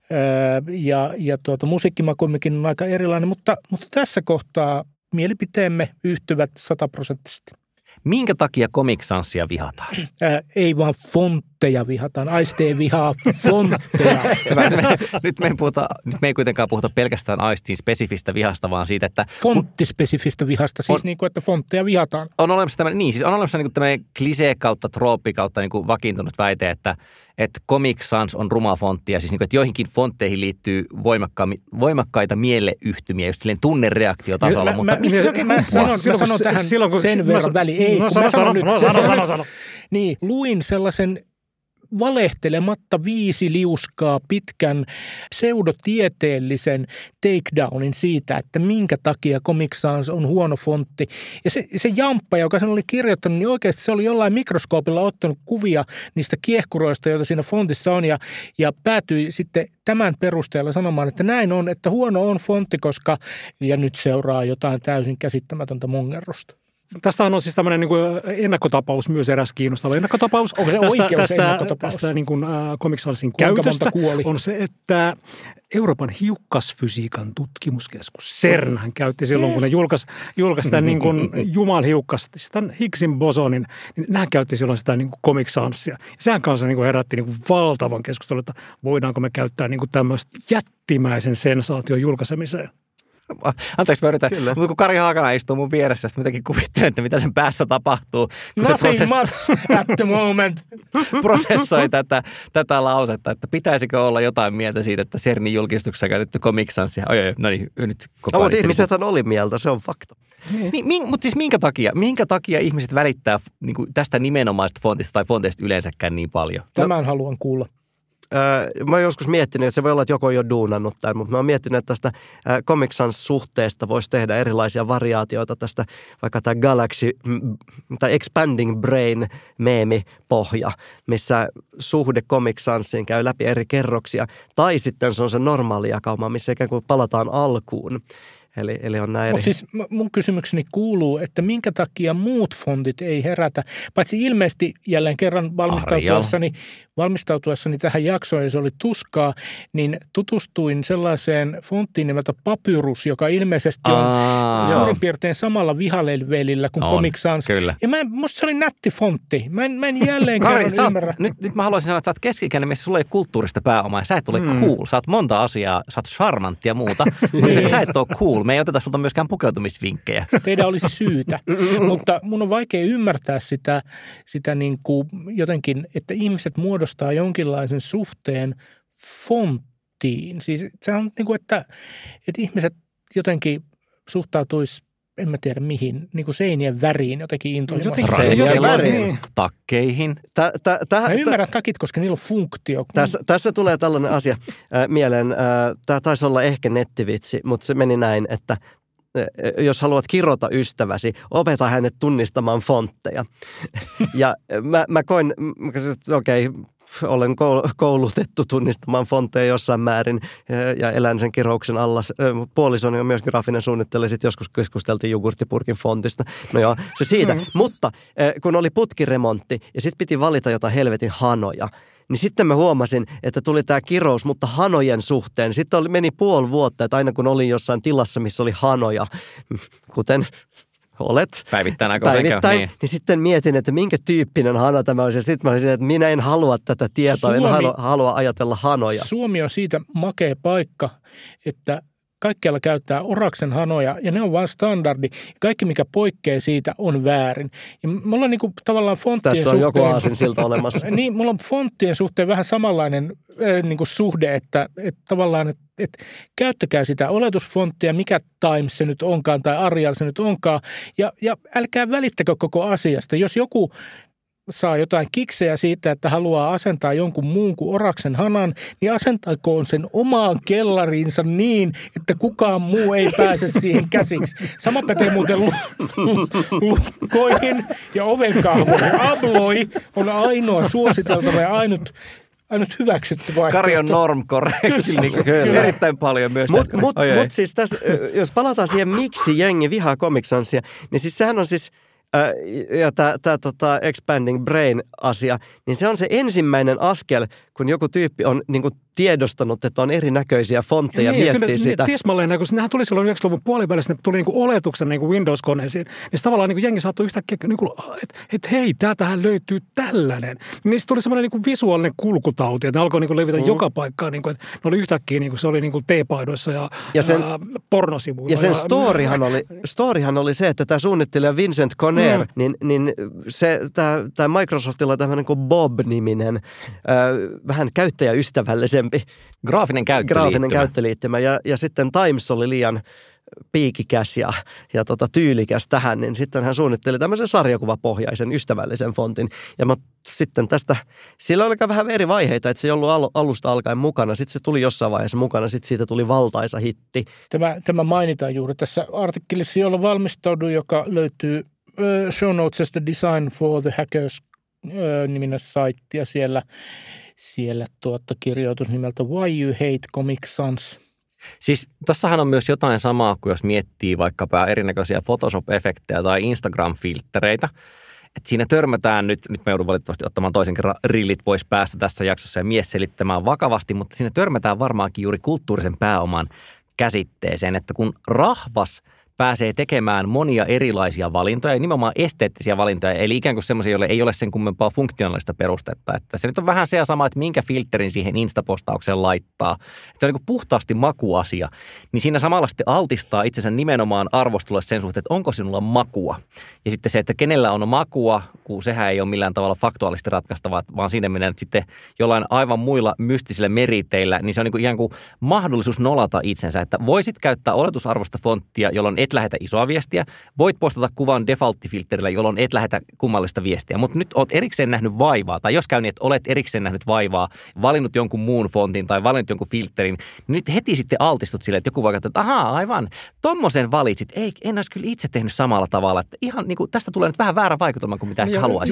Ja musiikkimakuimmekin on aika erilainen, mutta tässä kohtaa mielipiteemme yhtyvät 100%. Minkä takia Comic Sansia vihataan? Ei vaan fontteja vihataan. Ice-T vihaa fontteja. Nyt me ei kuitenkaan puhuta pelkästään Ice-T:n spesifistä vihasta, vaan siitä, että fonttispesifistä vihasta, siis niin kuin, että fontteja vihataan. On olemassa tämmöinen klisee kautta trooppi kautta niin kuin vakiintunut väite, että Comic Sans on ruma fontti, ja siis niin kuin, että joihinkin fontteihin liittyy voimakkaita mieleyhtymiä, just silleen tunnereaktiotasolla. Mutta mistä se oikein kumpuaa? Mä sanon tähän sen verran väliin. Ei, sano. Niin, luin sellaisen valehtelematta 5 liuskaa pitkän pseudotieteellisen takedownin siitä, että minkä takia Comic Sans on huono fontti. Ja se jamppa, joka sen oli kirjoittanut, niin oikeasti se oli jollain mikroskoopilla ottanut kuvia niistä kiehkuroista, joita siinä fontissa on, ja päätyi sitten tämän perusteella sanomaan, että näin on, että huono on fontti, koska, ja nyt seuraa jotain täysin käsittämätöntä mongerrusta. tästä on siis tämmöinen niin kuin ennakkotapaus myös eräs kiinnostava ennakkotapaus. Onko se oikeus ennakkotapaus? Tästä niin kuin Comic Sansin Kuinka käytöstä monta kuoli? on se, että Euroopan hiukkasfysiikan tutkimuskeskus CERN hän käytti silloin, kun ne julkaisi tämän niin kuin jumalhiukkasta, tämän Higgsin bosonin, niin nämä käytti silloin sitä niin kuin Comic Sansia. Ja sehän kanssa niin kuin herätti niin kuin valtavan keskustelun, että voidaanko me käyttää niin kuin tämmöistä jättimäisen sensaation julkaisemiseen. Anteeksi, mä yritän. Mutta kun Kari Haakana istuu mun vieressä, sitten jotenkin kuvittelen, että mitä sen päässä tapahtuu. Kun Nothing much at the moment. Prosessoi tätä lausetta, että pitäisikö olla jotain mieltä siitä, että CERNin julkistuksessa käytetty Comic Sansia. No niin, nyt koko ajan. Mutta ihmisethän oli mieltä, se on fakta. Mutta siis minkä takia ihmiset välittää niin kuin tästä nimenomaisesta fontista tai fonteista yleensäkään niin paljon? Tämän haluan kuulla. Mä oon joskus miettinyt, että se voi olla, että joku on jo duunannut tämän, mutta mä oon miettinyt, että tästä Comic Sans-suhteesta voisi tehdä erilaisia variaatioita tästä, vaikka tämä Galaxy tai Expanding Brain meemipohja, missä suhde Comic Sansiin käy läpi eri kerroksia, tai sitten se on se normaali jakauma, missä ikään kuin palataan alkuun. Eli on näin. Mutta siis mun kysymykseni kuuluu, että minkä takia muut fontit ei herätä, paitsi ilmeisesti jälleen kerran valmistautuessani tähän jaksoon, ja se oli tuskaa, niin tutustuin sellaiseen fonttiin nimeltä Papyrus, joka ilmeisesti on suurin piirtein samalla vihalevelillä kuin Comic Sans. Kyllä. Ja musta se oli nätti fontti. Mä en jälleen kerran ymmärrä. Nyt mä haluaisin sanoa, että sä oot keski-ikäinen mies, sulla ei kulttuurista pääomaa, sä et ole cool, sä oot monta asiaa, sä oot charmantti ja muuta, mutta sä et ole cool. Me ei oteta sulta myöskään pukeutumisvinkkejä. Teidän olisi syytä, mutta mun on vaikea ymmärtää sitä niin kuin jotenkin, että ihmiset muodostaa jonkinlaisen suhteen fonttiin. Siis se on niin kuin, että ihmiset jotenkin suhtautuisi, en mä tiedä mihin, niin kuin seinien väriin jotenkin intohimoisesti. Seinien väriin. Takkeihin. Mä ymmärrän takit, koska niillä on funktio. Tässä tulee tällainen asia mieleen. Tämä taisi olla ehkä nettivitsi, mutta se meni näin, että jos haluat kirota ystäväsi, opeta hänet tunnistamaan fontteja. Ja mä koin, okei, olen koulutettu tunnistamaan fontteja jossain määrin ja elän sen kirouksen alla. Puolisoni on myös graafinen suunnittelija, sitten joskus keskusteltiin jogurttipurkin fontista. No joo, se siitä. Mutta kun oli putkiremontti ja sitten piti valita jotain helvetin hanoja, niin sitten mä huomasin, että tuli tämä kirous, mutta hanojen suhteen. Sitten meni puoli vuotta, että aina kun olin jossain tilassa, missä oli hanoja, kuten olet päivittäin, niin sitten mietin, että minkä tyyppinen hana tämä olisi. Ja sitten mä olisin, että minä en halua tätä tietoa, en halua ajatella hanoja. Suomi on siitä makea paikka, että kaikkialla käyttää oraksen hanoja ja ne on vain standardi. Kaikki, mikä poikkeaa siitä, on väärin. Ja mulla on niinku tavallaan fonttien tässä on suhteen, joku aasinsilta olemassa. Niin, mulla on fonttien suhteen vähän samanlainen niinku suhde, että tavallaan, että käyttäkää sitä oletusfonttia, mikä Times se nyt onkaan tai Arial se nyt onkaan. Ja älkää välittäkö koko asiasta. Jos joku saa jotain kiksejä siitä, että haluaa asentaa jonkun muun kuin oraksen hanan, niin asentakoon sen omaan kellariinsa niin, että kukaan muu ei pääse siihen käsiksi. Sama pätee muuten lukkoihin ja ovenkahvoihin. Abloi on ainoa suositeltava ja ainut hyväksytty vaihtoehto. Kari on normkorrekti, niin erittäin paljon myös. Mutta siis tässä, jos palataan siihen, miksi jengi vihaa Comic Sansia, niin siis sehän on siis ja tämä Expanding Brain-asia, niin se on se ensimmäinen askel, kun joku tyyppi on niin kuin tiedostanut, että on erinäköisiä fontteja, niin, miettii sitä. Tismalleen, kun nehän tuli silloin 90-luvun puolivälissä, ne tuli niin kuin oletuksen niin kuin Windows-koneisiin, niin tavallaan niin kuin jengi saattoi yhtäkkiä, niin että hei, täältähän löytyy tällainen. Niin tuli semmoinen niin kuin visuaalinen kulkutauti, että ne alkoi niin kuin levitä joka paikkaan, niin kuin, että ne oli yhtäkkiä, niin kuin se oli niin kuin teepaidoissa ja pornosivuilla. Ja sen storyhan oli se, että tämä suunnittelija Vincent Conner, niin tämä Microsoftilla on tämmöinen kuin Bob-niminen, vähän käyttäjäystävällisempi graafinen käyttöliittymä. Ja sitten Times oli liian piikikäs ja tyylikäs tähän, niin sitten hän suunnitteli tämmöisen sarjakuvapohjaisen ystävällisen fontin. Ja sitten tästä, sillä oli vähän eri vaiheita, että se ei ollut alusta alkaen mukana. Sitten se tuli jossain vaiheessa mukana, sitten siitä tuli valtaisa hitti. Tämä mainitaan juuri tässä artikkelissa, jolla valmistauduin, joka löytyy show notesista Design for the Hackers -niminen saitti ja siellä kirjoitus nimeltä Why You Hate Comic Sans. Siis tossahan on myös jotain samaa kuin jos miettii vaikkapa erinäköisiä Photoshop-efektejä tai Instagram-filttereitä. Et siinä törmätään nyt me joudun valitettavasti ottamaan toisen kerran rillit pois päästä tässä jaksossa ja mies selittämään vakavasti, mutta siinä törmätään varmaankin juuri kulttuurisen pääoman käsitteeseen, että kun rahvas pääsee tekemään monia erilaisia valintoja, ja nimenomaan esteettisiä valintoja, eli ikään kuin semmoisia, joille ei ole sen kummempaa funktionaalista perustetta. Että se nyt on vähän se sama, että minkä filterin siihen Insta-postaukseen laittaa. Että se on niin kuin puhtaasti makuasia, niin siinä samalla sitten altistaa itsensä nimenomaan arvostelulle sen suhteen, että onko sinulla makua. Ja sitten se, että kenellä on makua, kun sehän ei ole millään tavalla faktuaalisesti ratkaistavaa, vaan siinä mennään sitten jollain aivan muilla mystisillä meriteillä, niin se on niin kuin ihan kuin mahdollisuus nolata itsensä, että voisit käyttää oletusarvosta fonttia, jolloin et lähetä isoa viestiä. Voit postata kuvan defaulttifilterillä, jolloin et lähetä kummallista viestiä. Mutta nyt olet erikseen nähnyt vaivaa, tai jos käy niin, että olet erikseen nähnyt vaivaa, valinnut jonkun muun fontin tai valinnut jonkun filterin, niin nyt heti sitten altistut sille, että joku vaikka, että ahaa, aivan, tommosen valitsit. Ei, en olisi kyllä itse tehnyt samalla tavalla. Että ihan niin kuin, tästä tulee nyt vähän väärä vaikutelma kuin mitä ehkä haluaisit.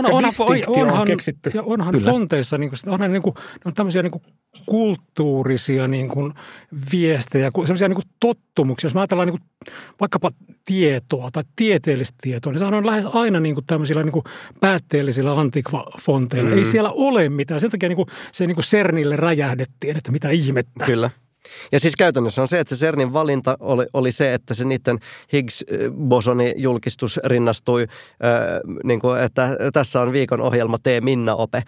Onhan fonteissa on tämmöisiä niin kuin kulttuurisia niin kuin viestejä, semmoisia niin kuin tottumuksia. Jos mä ajatellaan niin kuin vaikkapa tietoa tai tieteellistä tietoa, niin sehän on lähes aina niin kuin tämmöisillä niin kuin päätteellisillä antikvafonteilla. Ei siellä ole mitään. Sen takia niin kuin se niin kuin CERNille räjähdettiin, että mitä ihmettä. Kyllä. Ja siis käytännössä on se, että se CERNin valinta oli se, että se niiden Higgs-bosonin julkistus rinnastui, niin kuin, että tässä on viikon ohjelma Tee Minna-ope.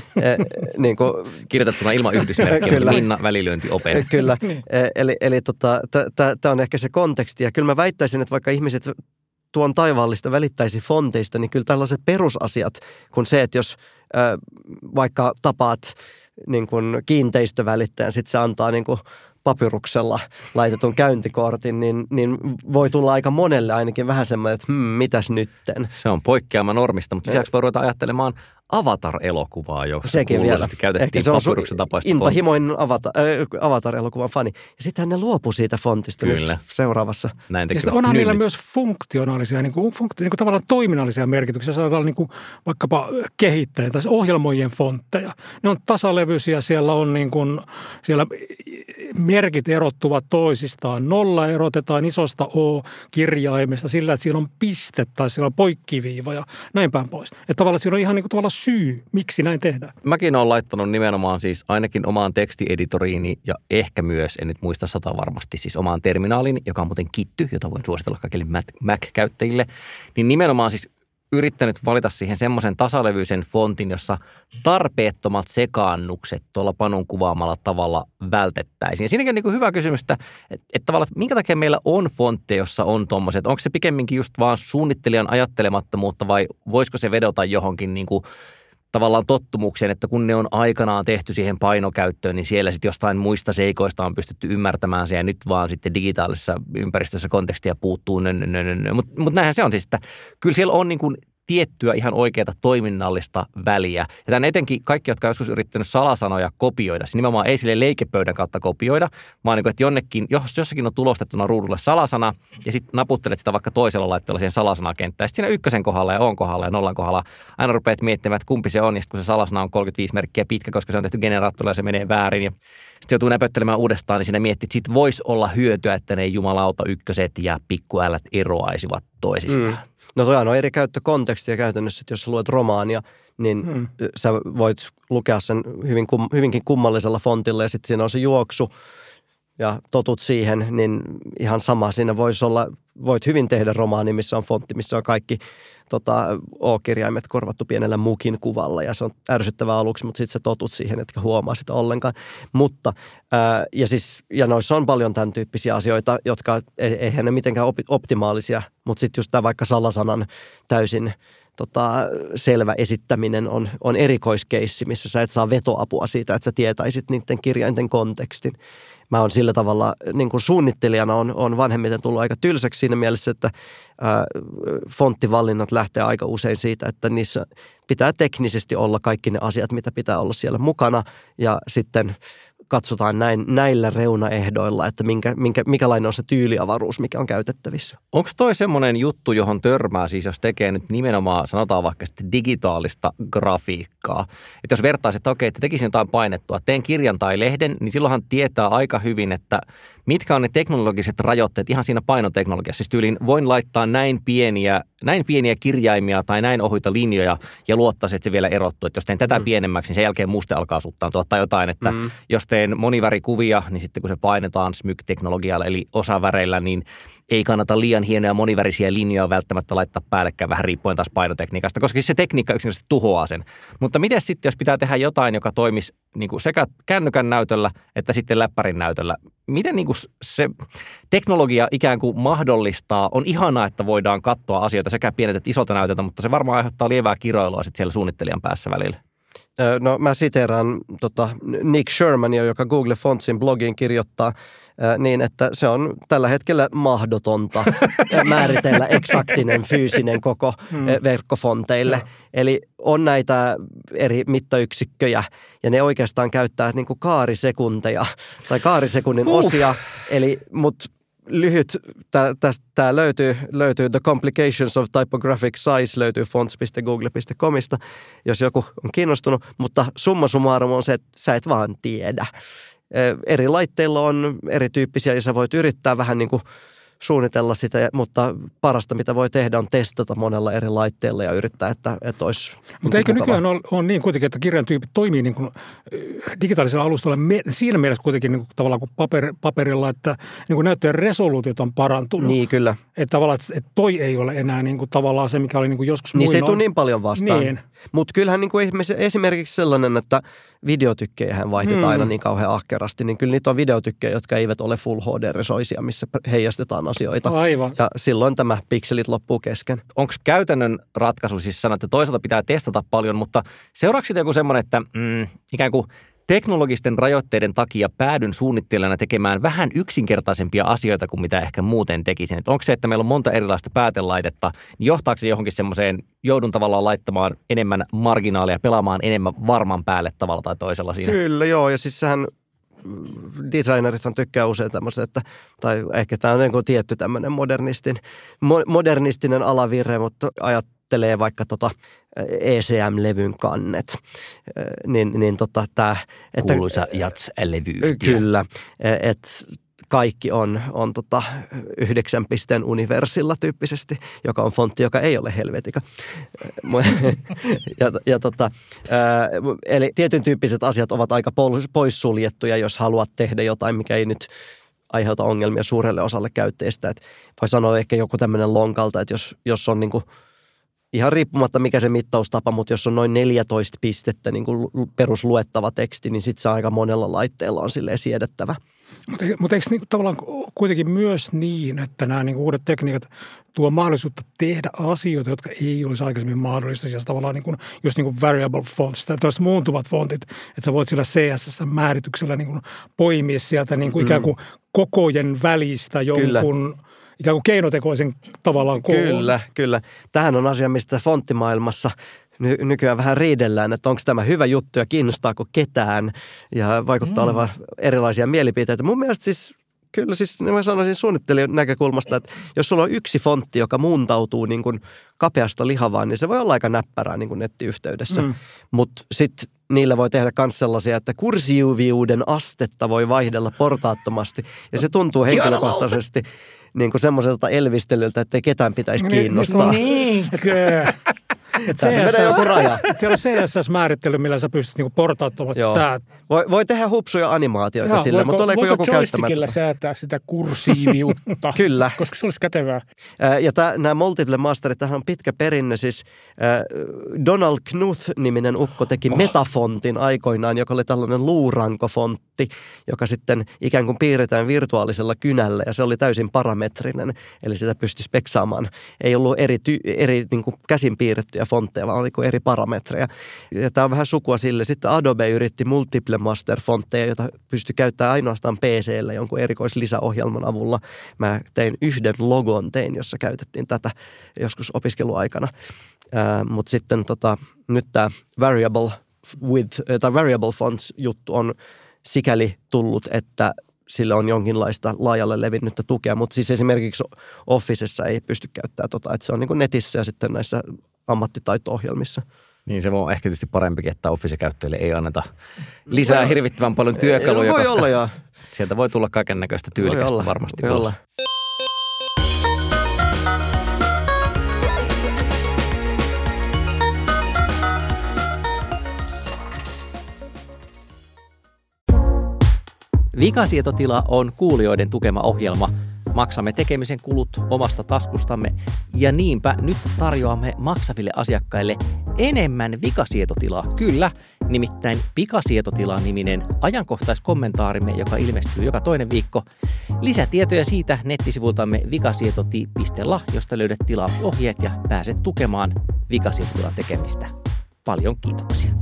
Niin kuin, kirjoitettuna ilman yhdysmerkkiä, Minna välilyöntiope. Kyllä, eli tämä on ehkä se konteksti. Ja kyllä mä väittäisin, että vaikka ihmiset tuon taivaallista välittäisi fonteista, niin kyllä tällaiset perusasiat, kun se, että jos vaikka tapaat niin kuin kiinteistövälittäjän, sitten se antaa niin kuin papyruksella laitetun käyntikortin, niin voi tulla aika monelle ainakin vähän semmoinen, että mitäs nytten. Se on poikkeama normista, mutta lisäksi voi ruveta ajattelemaan Avatar-elokuvaa, jossa kuuluisesti käytettiin papyruksen tapaista fontia. Intohimoinen Avatar-elokuvan fani. Ja sittenhän ne luopui siitä fontista nyt seuraavassa. Näin ja onhan niillä myös funktionaalisia, niin kuin tavallaan toiminnallisia merkityksiä. Jos ajatellaan niin kuin vaikkapa kehittäjien tai ohjelmoijien fontteja. Ne on tasalevyisiä, siellä on niin kuin, siellä merkit erottuvat toisistaan. 0 erotetaan isosta O-kirjaimesta sillä, että siinä on piste tai siellä on poikkiviiva ja näin päin pois. Että tavallaan siinä on ihan niin kuin tavallaan syy, miksi näin tehdään. Mäkin olen laittanut nimenomaan siis ainakin omaan tekstieditoriini ja ehkä myös, en nyt muista 100 varmasti, siis omaan terminaaliin, joka on muuten Kitty, jota voin suositella kaikille Mac-käyttäjille, niin nimenomaan siis yrittänyt valita siihen semmoisen tasalevyisen fontin, jossa tarpeettomat sekaannukset tuolla Panun kuvaamalla tavalla vältettäisiin. Ja siinäkin on niin kuin hyvä kysymys, että tavallaan, että minkä takia meillä on fontteja, jossa on tommoset. Onko se pikemminkin just vaan suunnittelijan ajattelemattomuutta vai voisiko se vedota johonkin niin kuin tavallaan tottumukseen, että kun ne on aikanaan tehty siihen painokäyttöön, niin siellä sitten jostain muista seikoista on pystytty ymmärtämään se ja nyt vaan sitten digitaalisessa ympäristössä kontekstia puuttuu. Mutta näinhän se on siis, että kyllä siellä on niin kuin tiettyä ihan oikeaa toiminnallista väliä. Ja tämän etenkin kaikki, jotka joskus yrittänyt salasanoja kopioida, siis nimenomaan ei sille leikepöydän kautta kopioida, vaan niin kuin, että jonnekin, jossakin on tulostettuna ruudulle salasana ja sitten naputtelet sitä vaikka toisella laitteella siihen salasanakenttään. Sitten siinä 1 kohdalla ja on kohdalla ja 0 kohdalla aina rupeat miettimään, että kumpi se on, ja sitten kun se salasana on 35 merkkiä pitkä, koska se on tehty generaattorilla ja se menee väärin. Ja sitten joutuu näpöttelemään uudestaan, niin siinä miettii, että sitten voisi olla hyötyä, että ne jumalauta ykköset ja pikkuälät eroaisivat toisistaan. No toi on eri käyttökontekstia käytännössä, että jos sä luet romaania, niin sä voit lukea sen hyvinkin kummallisella fontilla ja sitten siinä on se juoksu ja totut siihen, niin ihan sama. Siinä voisi olla, voit hyvin tehdä romaani, missä on fontti, missä on kaikki O-kirjaimet korvattu pienellä mukin kuvalla ja se on ärsyttävää aluksi, mutta sitten sä totut siihen, etkä huomaa sitä ollenkaan. Mutta, ja noissa on paljon tämän tyyppisiä asioita, jotka eihän ne mitenkään optimaalisia, mutta sitten just tämä vaikka salasanan täysin selvä esittäminen on erikoiskeissi, missä sä et saa vetoapua siitä, että sä tietäisit niiden kirjainten kontekstin. Mä oon sillä tavalla, niin kuin suunnittelijana on vanhemmiten tullut aika tylsäksi siinä mielessä, että fonttivalinnat lähtee aika usein siitä, että niissä pitää teknisesti olla kaikki ne asiat, mitä pitää olla siellä mukana ja sitten katsotaan näillä reunaehdoilla, että mikälainen on se tyyliavaruus, mikä on käytettävissä. Onko toi semmoinen juttu, johon törmää siis, jos tekee nyt nimenomaan, sanotaan vaikka sitten digitaalista grafiikkaa. Että jos vertaisi, että okei, että tekisin jotain painettua, teen kirjan tai lehden, niin silloinhan tietää aika hyvin, että mitkä on ne teknologiset rajoitteet ihan siinä painoteknologiassa. Siis tyyliin voin laittaa näin pieniä kirjaimia tai näin ohuita linjoja ja luottaa, että se vielä erottuu. Että jos teen tätä pienemmäksi, niin sen jälkeen muste alkaa suttaantua tai jotain, että jos teen monivärikuvia, niin sitten kun se painetaan SMYK-teknologialla eli osaväreillä, niin ei kannata liian hienoja monivärisiä linjoja välttämättä laittaa päällekkäin, vähän riippuen taas painotekniikasta, koska siis se tekniikka yksinkertaisesti tuhoaa sen. Mutta miten sitten, jos pitää tehdä jotain, joka toimisi niin kuin sekä kännykän näytöllä että sitten läppärin näytöllä, miten niin kuin se teknologia ikään kuin mahdollistaa, on ihanaa, että voidaan katsoa asioita sekä pienet että isolta näytöltä, mutta se varmaan aiheuttaa lievää kiroilua sitten siellä suunnittelijan päässä välillä. No mä siteeraan Nick Shermania, joka Google Fontsin blogiin kirjoittaa niin, että se on tällä hetkellä mahdotonta määritellä eksaktinen fyysinen koko verkkofonteille. Eli on näitä eri mittayksikköjä ja ne oikeastaan käyttää niin kuin kaarisekunteja tai kaarisekunnin osia, mutta lyhyt, tämä löytyy The Complications of Typographic Size, löytyy fonts.google.comista, jos joku on kiinnostunut, mutta summa summarum on se, että sä et vaan tiedä. Eri laitteilla on erityyppisiä ja sä voit yrittää vähän niin kuin suunnitella sitä, mutta parasta mitä voi tehdä on testata monella eri laitteella ja yrittää, että olisi Mutta eikö nykyään ole niin kuitenkin, että kirjan tyypit toimii niin kuin digitaalisella alustalla siinä mielessä kuitenkin niin kuin tavallaan kuin paperilla, että niin kuin näyttöjen resoluutiot on parantunut. Niin, kyllä. Että tavallaan, että toi ei ole enää niin kuin tavallaan se, mikä oli niin kuin joskus niin se ei tule niin paljon vastaan. Niin. Mutta kyllähän niin kuin esimerkiksi sellainen, että videotykkejähän vaihdetaan aina niin kauhean ahkerasti, niin kyllä niitä on videotykkejä, jotka eivät ole Full HD-resoisia, missä heijastetaan asioita. Aivan. Ja silloin tämä pikselit loppuu kesken. Onko käytännön ratkaisu, siis sanoa, että toisaalta pitää testata paljon, mutta seuraavaksi sitten joku semmoinen, että ikään kuin teknologisten rajoitteiden takia päädyn suunnittelijana tekemään vähän yksinkertaisempia asioita kuin mitä ehkä muuten tekisin. Että onko se, että meillä on monta erilaista päätelaitetta, niin johtaako se johonkin semmoiseen, joudun tavallaan laittamaan enemmän marginaalia, pelaamaan enemmän varman päälle tavalla tai toisella siinä? Kyllä, joo. Ja siis sehän designerithan tykkää usein tämmöisen, tai ehkä tämä on niin kuin tietty tämmöinen modernistinen alavirre, mutta ajattelee vaikka ECM-levyn kannet. Tämä, että kuuluisa Jats-levyyhtiö. Kyllä, että kaikki on 9 pisteen Universilla tyyppisesti, joka on fontti, joka ei ole Helvetica. Eli tietyn tyyppiset asiat ovat aika poissuljettuja, jos haluat tehdä jotain, mikä ei nyt aiheuta ongelmia suurelle osalle käyttäjistä. Et voi sanoa ehkä joku tämmöinen lonkalta, että jos on niinku ihan riippumatta mikä se mittaustapa, mutta jos on noin 14 pistettä niin kuin perusluettava teksti, niin sitten se aika monella laitteella on silleen siedettävä. Mutta eikö niinku tavallaan kuitenkin myös niin, että nämä niinku uudet tekniikat tuo mahdollisuutta tehdä asioita, jotka ei olisi aikaisemmin mahdollista. Siis tavallaan niinku, just niin kuin variable fonts tai toista muuntuvat fontit, että sä voit sillä CSS-määrityksellä niinku poimia sieltä niinku ikään kuin kokojen välistä jonkun ikään kuin keinotekoisen tavallaan koon. Kyllä. Tämähän on asia, mistä fonttimaailmassa nykyään vähän riidellään, että onko tämä hyvä juttu ja kiinnostaako ketään ja vaikuttaa olevan erilaisia mielipiteitä. Mun mielestä siis, kyllä siis mä sanoisin suunnittelijan näkökulmasta, että jos sulla on yksi fontti, joka muuntautuu niin kuin kapeasta lihavaan, niin se voi olla aika näppärää niin kuin nettiyhteydessä. Mutta sitten niillä voi tehdä myös sellaisia, että kursiiviuden astetta voi vaihdella portaattomasti ja se tuntuu henkilökohtaisesti niin kuin semmoiselta elvistelyltä, että ei ketään pitäisi kiinnostaa. Niinkö? Tässä menee joku raja. Siellä on CSS-määrittely, millä sä pystyt niinku portaattomasti säätämään. Voi tehdä hupsuja animaatioita sillä, mutta oleeko joku käyttämättä? Voiko joystickilla säätää sitä kursiiviutta? Kyllä. Koska se olisi kätevää. Ja nämä multiple masterit, tähän on pitkä perinne. Siis Donald Knuth-niminen ukko teki metafontin aikoinaan, joka oli tällainen luurankofontti, joka sitten ikään kuin piirretään virtuaalisella kynällä ja se oli täysin parametrinen. Eli sitä pystyi speksaamaan. Ei ollut eri niin kuin käsin piirrettyjä fontteja, vaan oli eri parametreja. Ja tämä on vähän sukua sille. Sitten Adobe yritti multiple master-fontteja, jota pystyi käyttämään ainoastaan PC:llä jonkun erikoislisäohjelman avulla. Mä tein yhden logon, jossa käytettiin tätä joskus opiskeluaikana. Mutta sitten nyt tämä variable fonts juttu on sikäli tullut, että sillä on jonkinlaista laajalle levinnyttä tukea, mutta siis esimerkiksi Officessa ei pysty käyttämään että se on niin kuin netissä ja sitten näissä ammattitaito-ohjelmissa. Niin se on ehkä tietysti parempikin, että Office-käyttäjille ei anneta lisää hirvittävän paljon työkaluja, voi koska olla, joo. Sieltä voi tulla kaiken näköistä tyylikästä varmasti. Voi olla. Vikasietotila on kuulijoiden tukema ohjelma. Maksamme tekemisen kulut omasta taskustamme ja niinpä nyt tarjoamme maksaville asiakkaille enemmän vikasietotilaa. Kyllä, nimittäin Pikasietotila-niminen ajankohtaiskommentaarimme, joka ilmestyy joka toinen viikko. Lisätietoja siitä nettisivultamme vikasietoti.la, josta löydät tilausohjeet ja pääset tukemaan vikasietotilan tekemistä. Paljon kiitoksia.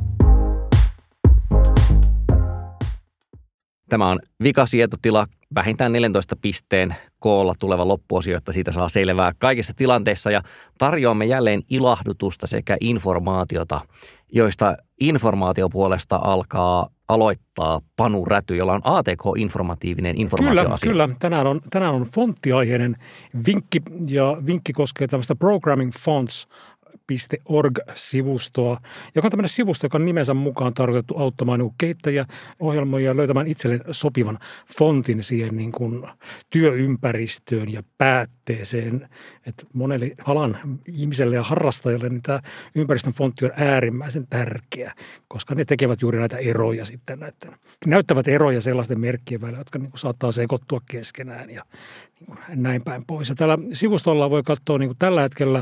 Tämä on Vikasietotila, vähintään 14 pisteen koolla tuleva loppuosio, että siitä saa selvää kaikissa tilanteissa ja tarjoamme jälleen ilahdutusta sekä informaatiota, joista informaatiopuolesta aloittaa Panu Räty, jolla on ATK-informatiivinen informaatioasia. Kyllä. Tänään on fonttiaiheinen vinkki ja vinkki koskee tämmöistä Programming Fonts .org-sivustoa, joka on tämmöinen sivusto, joka on nimensä mukaan tarkoitettu auttamaan kehittäjiä ohjelmoja löytämään itselleen sopivan fontin siihen niin kuin työympäristöön ja päätteeseen. Että monelle alan ihmiselle ja harrastajalle niin tämä ympäristön fontti on äärimmäisen tärkeä, koska ne tekevät juuri näitä eroja sitten näyttävät eroja sellaisten merkkien välillä, jotka niin kuin saattaa sekoittua keskenään ja näin päin pois. Ja tällä sivustolla voi katsoa niin kuin tällä hetkellä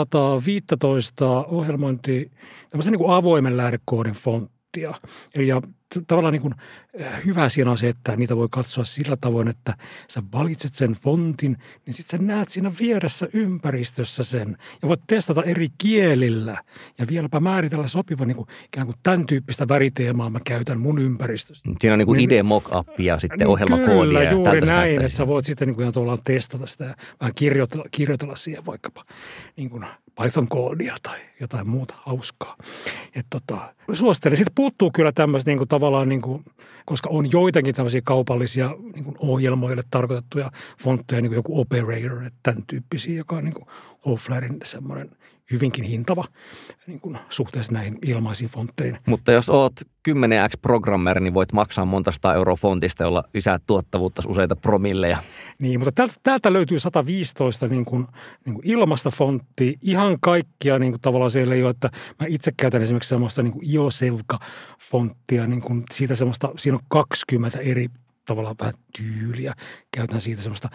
115 ohjelmointia, tämmöisen niin kuin avoimen lähdekoodin fonttia. Ja tavallaan niin kuin hyvä siinä on se, että niitä voi katsoa sillä tavoin, että sä valitset sen fontin, niin sitten sä näet siinä vieressä ympäristössä sen ja voit testata eri kielillä ja vieläpä määritellä sopivan niin kuin, ikään kuin tämän tyyppistä väriteemaa mä käytän mun ympäristössä. Siinä on niin kuin idea mock-up ja sitten ohjelmakoodia. Kyllä, ja juuri näin, että sä voit sitten niin kuin ihan tavallaan testata sitä ja vähän kirjoitella siihen vaikkapa niin kuin Python-koodia tai jotain muuta hauskaa. Suosittelen. Sitten puuttuu kyllä tämmöistä niin kuin tavallaan, niin kuin, koska on joitakin tämmöisiä kaupallisia niin kuin ohjelmoille tarkoitettuja fontteja, niin kuin joku Operator, tämän tyyppisiä, joka on niin kuin Hoflarin semmoinen hyvinkin hintava niin kuin suhteessa näihin ilmaisiin fontteihin. Mutta jos oot 10x-programmeri, niin voit maksaa monta 100 € fontista, jolla lisää tuottavuutta useita promilleja. Niin, mutta täältä löytyy 115 niin kuin ilmasta fonttia. Ihan kaikkia niin kuin tavallaan siellä ei ole, että mä itse käytän esimerkiksi semmoista niin kuin Iosevka-fonttia, niin kuin siitä semmoista, siinä on 20 eri tavallaan vähän tyyliä. Käytän siitä semmoista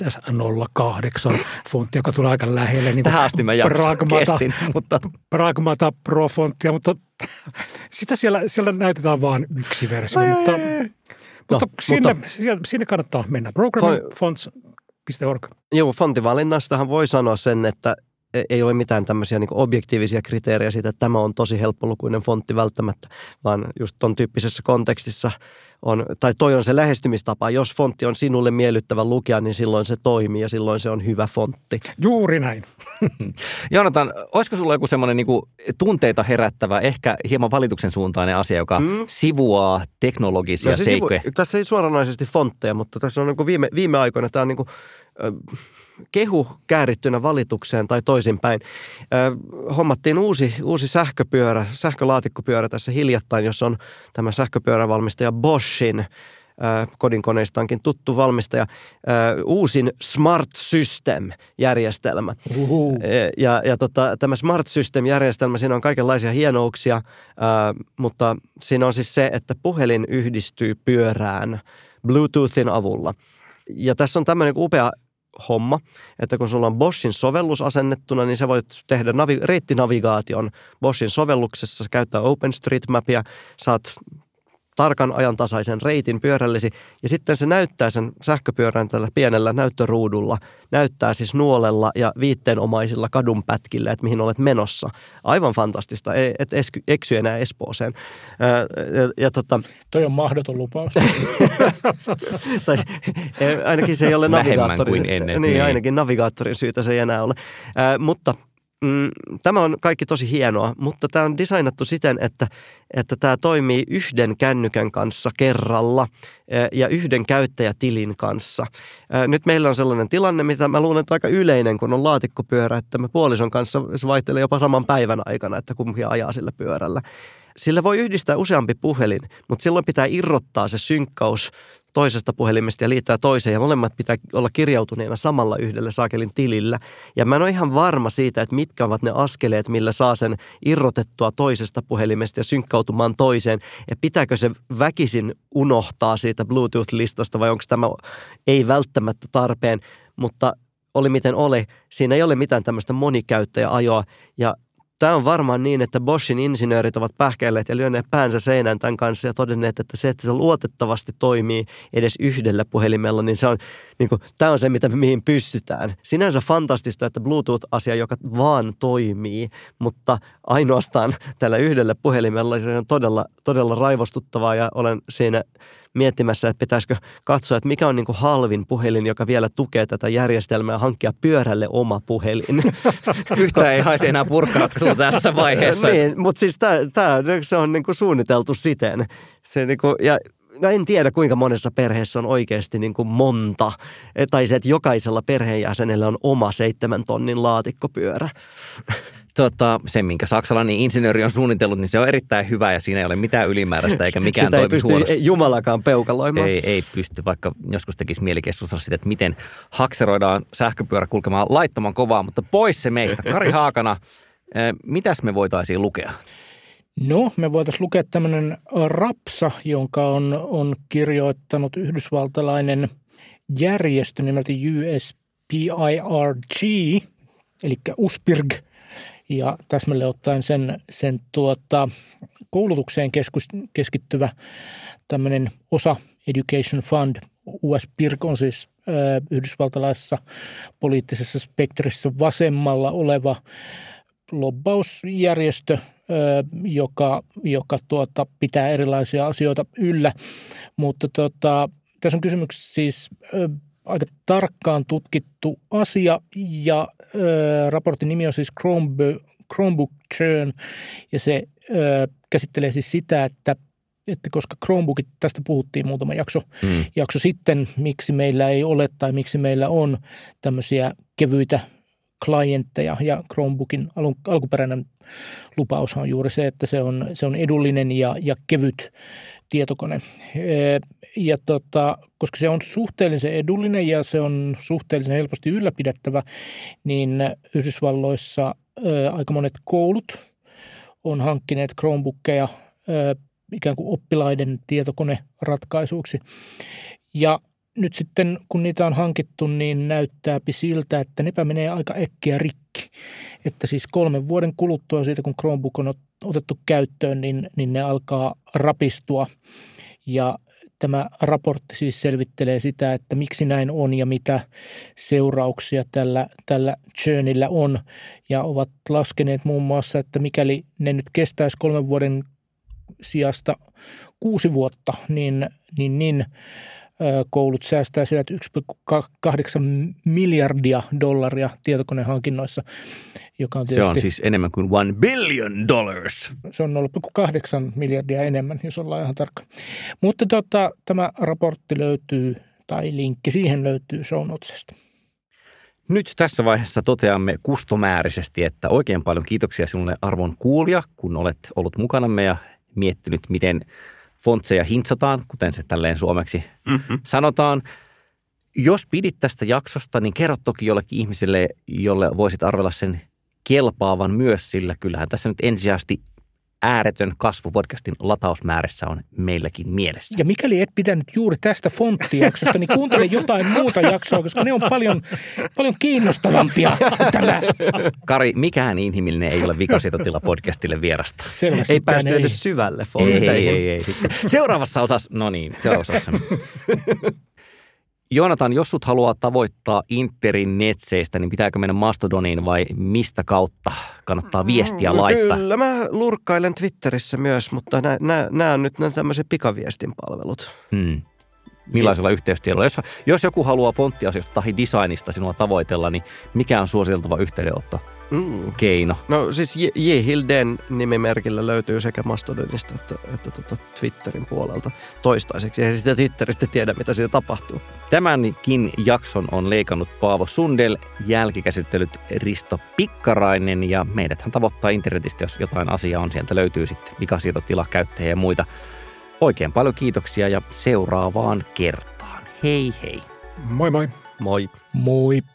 SS08-fonttia, joka tulee aika lähelle. Niin tähän asti mä kestin. Pragmata Pro-fonttia, mutta sitä siellä näytetään vain yksi versio. Mutta sinne kannattaa mennä. Programmingfonts.org. Joo, fonttivalinnastahan voi sanoa sen, että ei ole mitään tämmöisiä niin kuin objektiivisia kriteerejä siitä, että tämä on tosi helppolukuinen fontti välttämättä, vaan just ton tyyppisessä kontekstissa toi on se lähestymistapa. Jos fontti on sinulle miellyttävä lukea, niin silloin se toimii ja silloin se on hyvä fontti. Juuri näin. Joonatan, olisiko sulla joku semmoinen niin kuin tunteita herättävä, ehkä hieman valituksen suuntainen asia, joka sivuaa teknologisia seikkoja? Tässä ei suoranaisesti fontteja, mutta tässä on niin kuin viime aikoina tämä on niin kuin kehu käärittynä valitukseen tai toisinpäin. Hommattiin uusi sähkölaatikkopyörä tässä hiljattain, jossa on tämä sähköpyörävalmistaja Boschin, kodinkoneistaankin tuttu valmistaja, uusin Smart System-järjestelmä. Tämä Smart System-järjestelmä, siinä on kaikenlaisia hienouksia, mutta siinä on siis se, että puhelin yhdistyy pyörään Bluetoothin avulla. Ja tässä on tämmöinen upea homma, että kun sulla on Boschin sovellus asennettuna, niin sä voit tehdä reittinavigaation Boschin sovelluksessa, käyttää OpenStreetMapia, saat tarkan ajantasaisen reitin pyörällesi ja sitten se näyttää sen sähköpyörän tällä pienellä näyttöruudulla, näyttää siis nuolella ja viitteenomaisilla kadunpätkillä, että mihin olet menossa. Aivan fantastista, et eksy enää Espooseen. Toi on mahdoton lupaus. Tai, ainakin se ei ole vähemmän kuin ennen. Niin, ainakin navigaattorin syytä se ei enää ole. Mutta Tämä on kaikki tosi hienoa, mutta tämä on designattu siten, että tämä toimii yhden kännykän kanssa kerralla ja yhden käyttäjätilin kanssa. Nyt meillä on sellainen tilanne, mitä mä luulen, että aika yleinen, kun on laatikkopyörä, että me puolison kanssa se vaihtelee jopa saman päivän aikana, että kumpikin ajaa sillä pyörällä. Sillä voi yhdistää useampi puhelin, mutta silloin pitää irrottaa se synkkaus toisesta puhelimesta ja liittää toiseen. Ja molemmat pitää olla kirjautuneena samalla yhdellä saakelin tilillä. Ja mä en ole ihan varma siitä, että mitkä ovat ne askeleet, millä saa sen irrotettua toisesta puhelimesta ja synkkautumaan toiseen. Ja pitääkö se väkisin unohtaa siitä Bluetooth-listasta vai onko tämä ei välttämättä tarpeen. Mutta oli miten oli, siinä ei ole mitään tämmöistä monikäyttäjäajoa ja tämä on varmaan niin, että Boschin insinöörit ovat pähkäilleet ja lyöneet päänsä seinään tämän kanssa ja todenneet, että se, että se luotettavasti toimii edes yhdellä puhelimella, niin se on, niin kuin, tämä on se, mihin pystytään. Sinänsä fantastista, että Bluetooth-asia, joka vaan toimii, mutta ainoastaan tällä yhdellä puhelimella se on todella, todella raivostuttavaa ja olen siinä miettimässä, että pitäisikö katsoa, että mikä on niin kuin halvin puhelin, joka vielä tukee tätä järjestelmää, hankkia pyörälle oma puhelin. Yhtään ei haise enää purkkaratkaisua tässä vaiheessa. Niin, mutta siis se on niin kuin suunniteltu siten. Se niin kuin, ja no en tiedä, kuinka monessa perheessä on oikeasti niin kuin monta. Tai se, että jokaisella perheenjäsenellä on oma 7 tonnin laatikkopyörä. Se, minkä saksalainen insinööri on suunnitellut, niin se on erittäin hyvä ja siinä ei ole mitään ylimääräistä eikä mikään toimi huonosti. Sitä ei pysty jumalakaan peukaloimaan. Ei pysty, vaikka joskus tekisi mieli keskustella siitä, että miten hakseroidaan sähköpyörä kulkemaan laittoman kovaa, mutta pois se meistä. Kari Haakana, mitäs me voitaisiin lukea? No, me voitaisiin lukea tämmöinen rapsa, jonka on kirjoittanut yhdysvaltalainen järjestö nimeltä USPIRG, eli USPIRG. Ja täsmälleen ottaen sen koulutukseen keskittyvä tämmöinen osa Education Fund. USPIRG on siis yhdysvaltalaisessa poliittisessa spektrissä vasemmalla oleva lobbausjärjestö, joka pitää erilaisia asioita yllä. Mutta tässä on kysymyksessä siis aika tarkkaan tutkittu asia ja raportin nimi on siis Chromebook Churn ja se käsittelee siis sitä, että koska Chromebookit, tästä puhuttiin muutama jakso sitten, miksi meillä ei ole tai miksi meillä on tämmöisiä kevyitä klientteja ja Chromebookin alkuperäinen lupaus on juuri se, että se on edullinen ja kevyt tietokone. Ja koska se on suhteellisen edullinen ja se on suhteellisen helposti ylläpidettävä, niin Yhdysvalloissa aika monet koulut on hankkineet Chromebookeja ikään kuin oppilaiden tietokoneratkaisuiksi. Ja nyt sitten, kun niitä on hankittu, niin näyttääpi siltä, että nepä menee aika äkkiä rikki. Että siis 3 vuoden kuluttua siitä, kun Chromebook on otettu käyttöön, niin ne alkaa rapistua. Ja tämä raportti siis selvittelee sitä, että miksi näin on ja mitä seurauksia tällä churnillä on. Ja ovat laskeneet muun muassa, että mikäli ne nyt kestäisi 3 vuoden sijasta 6 vuotta, niin koulut säästäisivät $1,8 miljardia tietokonehankinnoissa, joka on tietysti... Se on siis enemmän kuin $1 billion. Se on 0,8 miljardia enemmän, jos ollaan ihan tarkka. Mutta tämä raportti löytyy, tai linkki siihen löytyy show notesista. Nyt tässä vaiheessa toteamme kustomäärisesti, että oikein paljon kiitoksia sinulle arvon kuulija, kun olet ollut mukanamme ja miettinyt, miten fontseja hintsataan, kuten se tälleen suomeksi sanotaan. Jos pidit tästä jaksosta, niin kerro toki jollekin ihmiselle, jolle voisit arvella sen kelpaavan myös, sillä kyllähän tässä nyt ensisijaisesti ääretön kasvu podcastin latausmäärässä on meilläkin mielessä. Ja mikäli et pitänyt juuri tästä fonttijaksosta, niin kuuntele jotain muuta jaksoa, koska ne on paljon kiinnostavampia. Kari, mikään inhimillinen ei ole vikasietotila podcastille vierasta. Ei päästy edes syvälle fontteihin. Ei. Seuraavassa osassa, Joonatan, jos sut haluaa tavoittaa Interin netseistä, niin pitääkö mennä Mastodoniin vai mistä kautta kannattaa viestiä laittaa? Kyllä, mä lurkkailen Twitterissä myös, mutta nämä on nyt tämmöiset pikaviestinpalvelut. Millaisella yhteystiedolla? Jos joku haluaa fonttiasioista tai designista sinua tavoitella, niin mikä on suositeltava yhteydenotto? keino. No siis J. Hilden nimimerkillä löytyy sekä Mastodonista että Twitterin puolelta toistaiseksi. Ja sitten Twitteristä tiedä, mitä siinä tapahtuu. Tämänkin jakson on leikannut Paavo Sundel, jälkikäsittelyt Risto Pikkarainen ja meidäthän tavoittaa internetistä, jos jotain asiaa on. Sieltä löytyy sitten vikasietotilakäyttäjiä ja muita. Oikein paljon kiitoksia ja seuraavaan kertaan. Hei hei. Moi moi. Moi. Moi.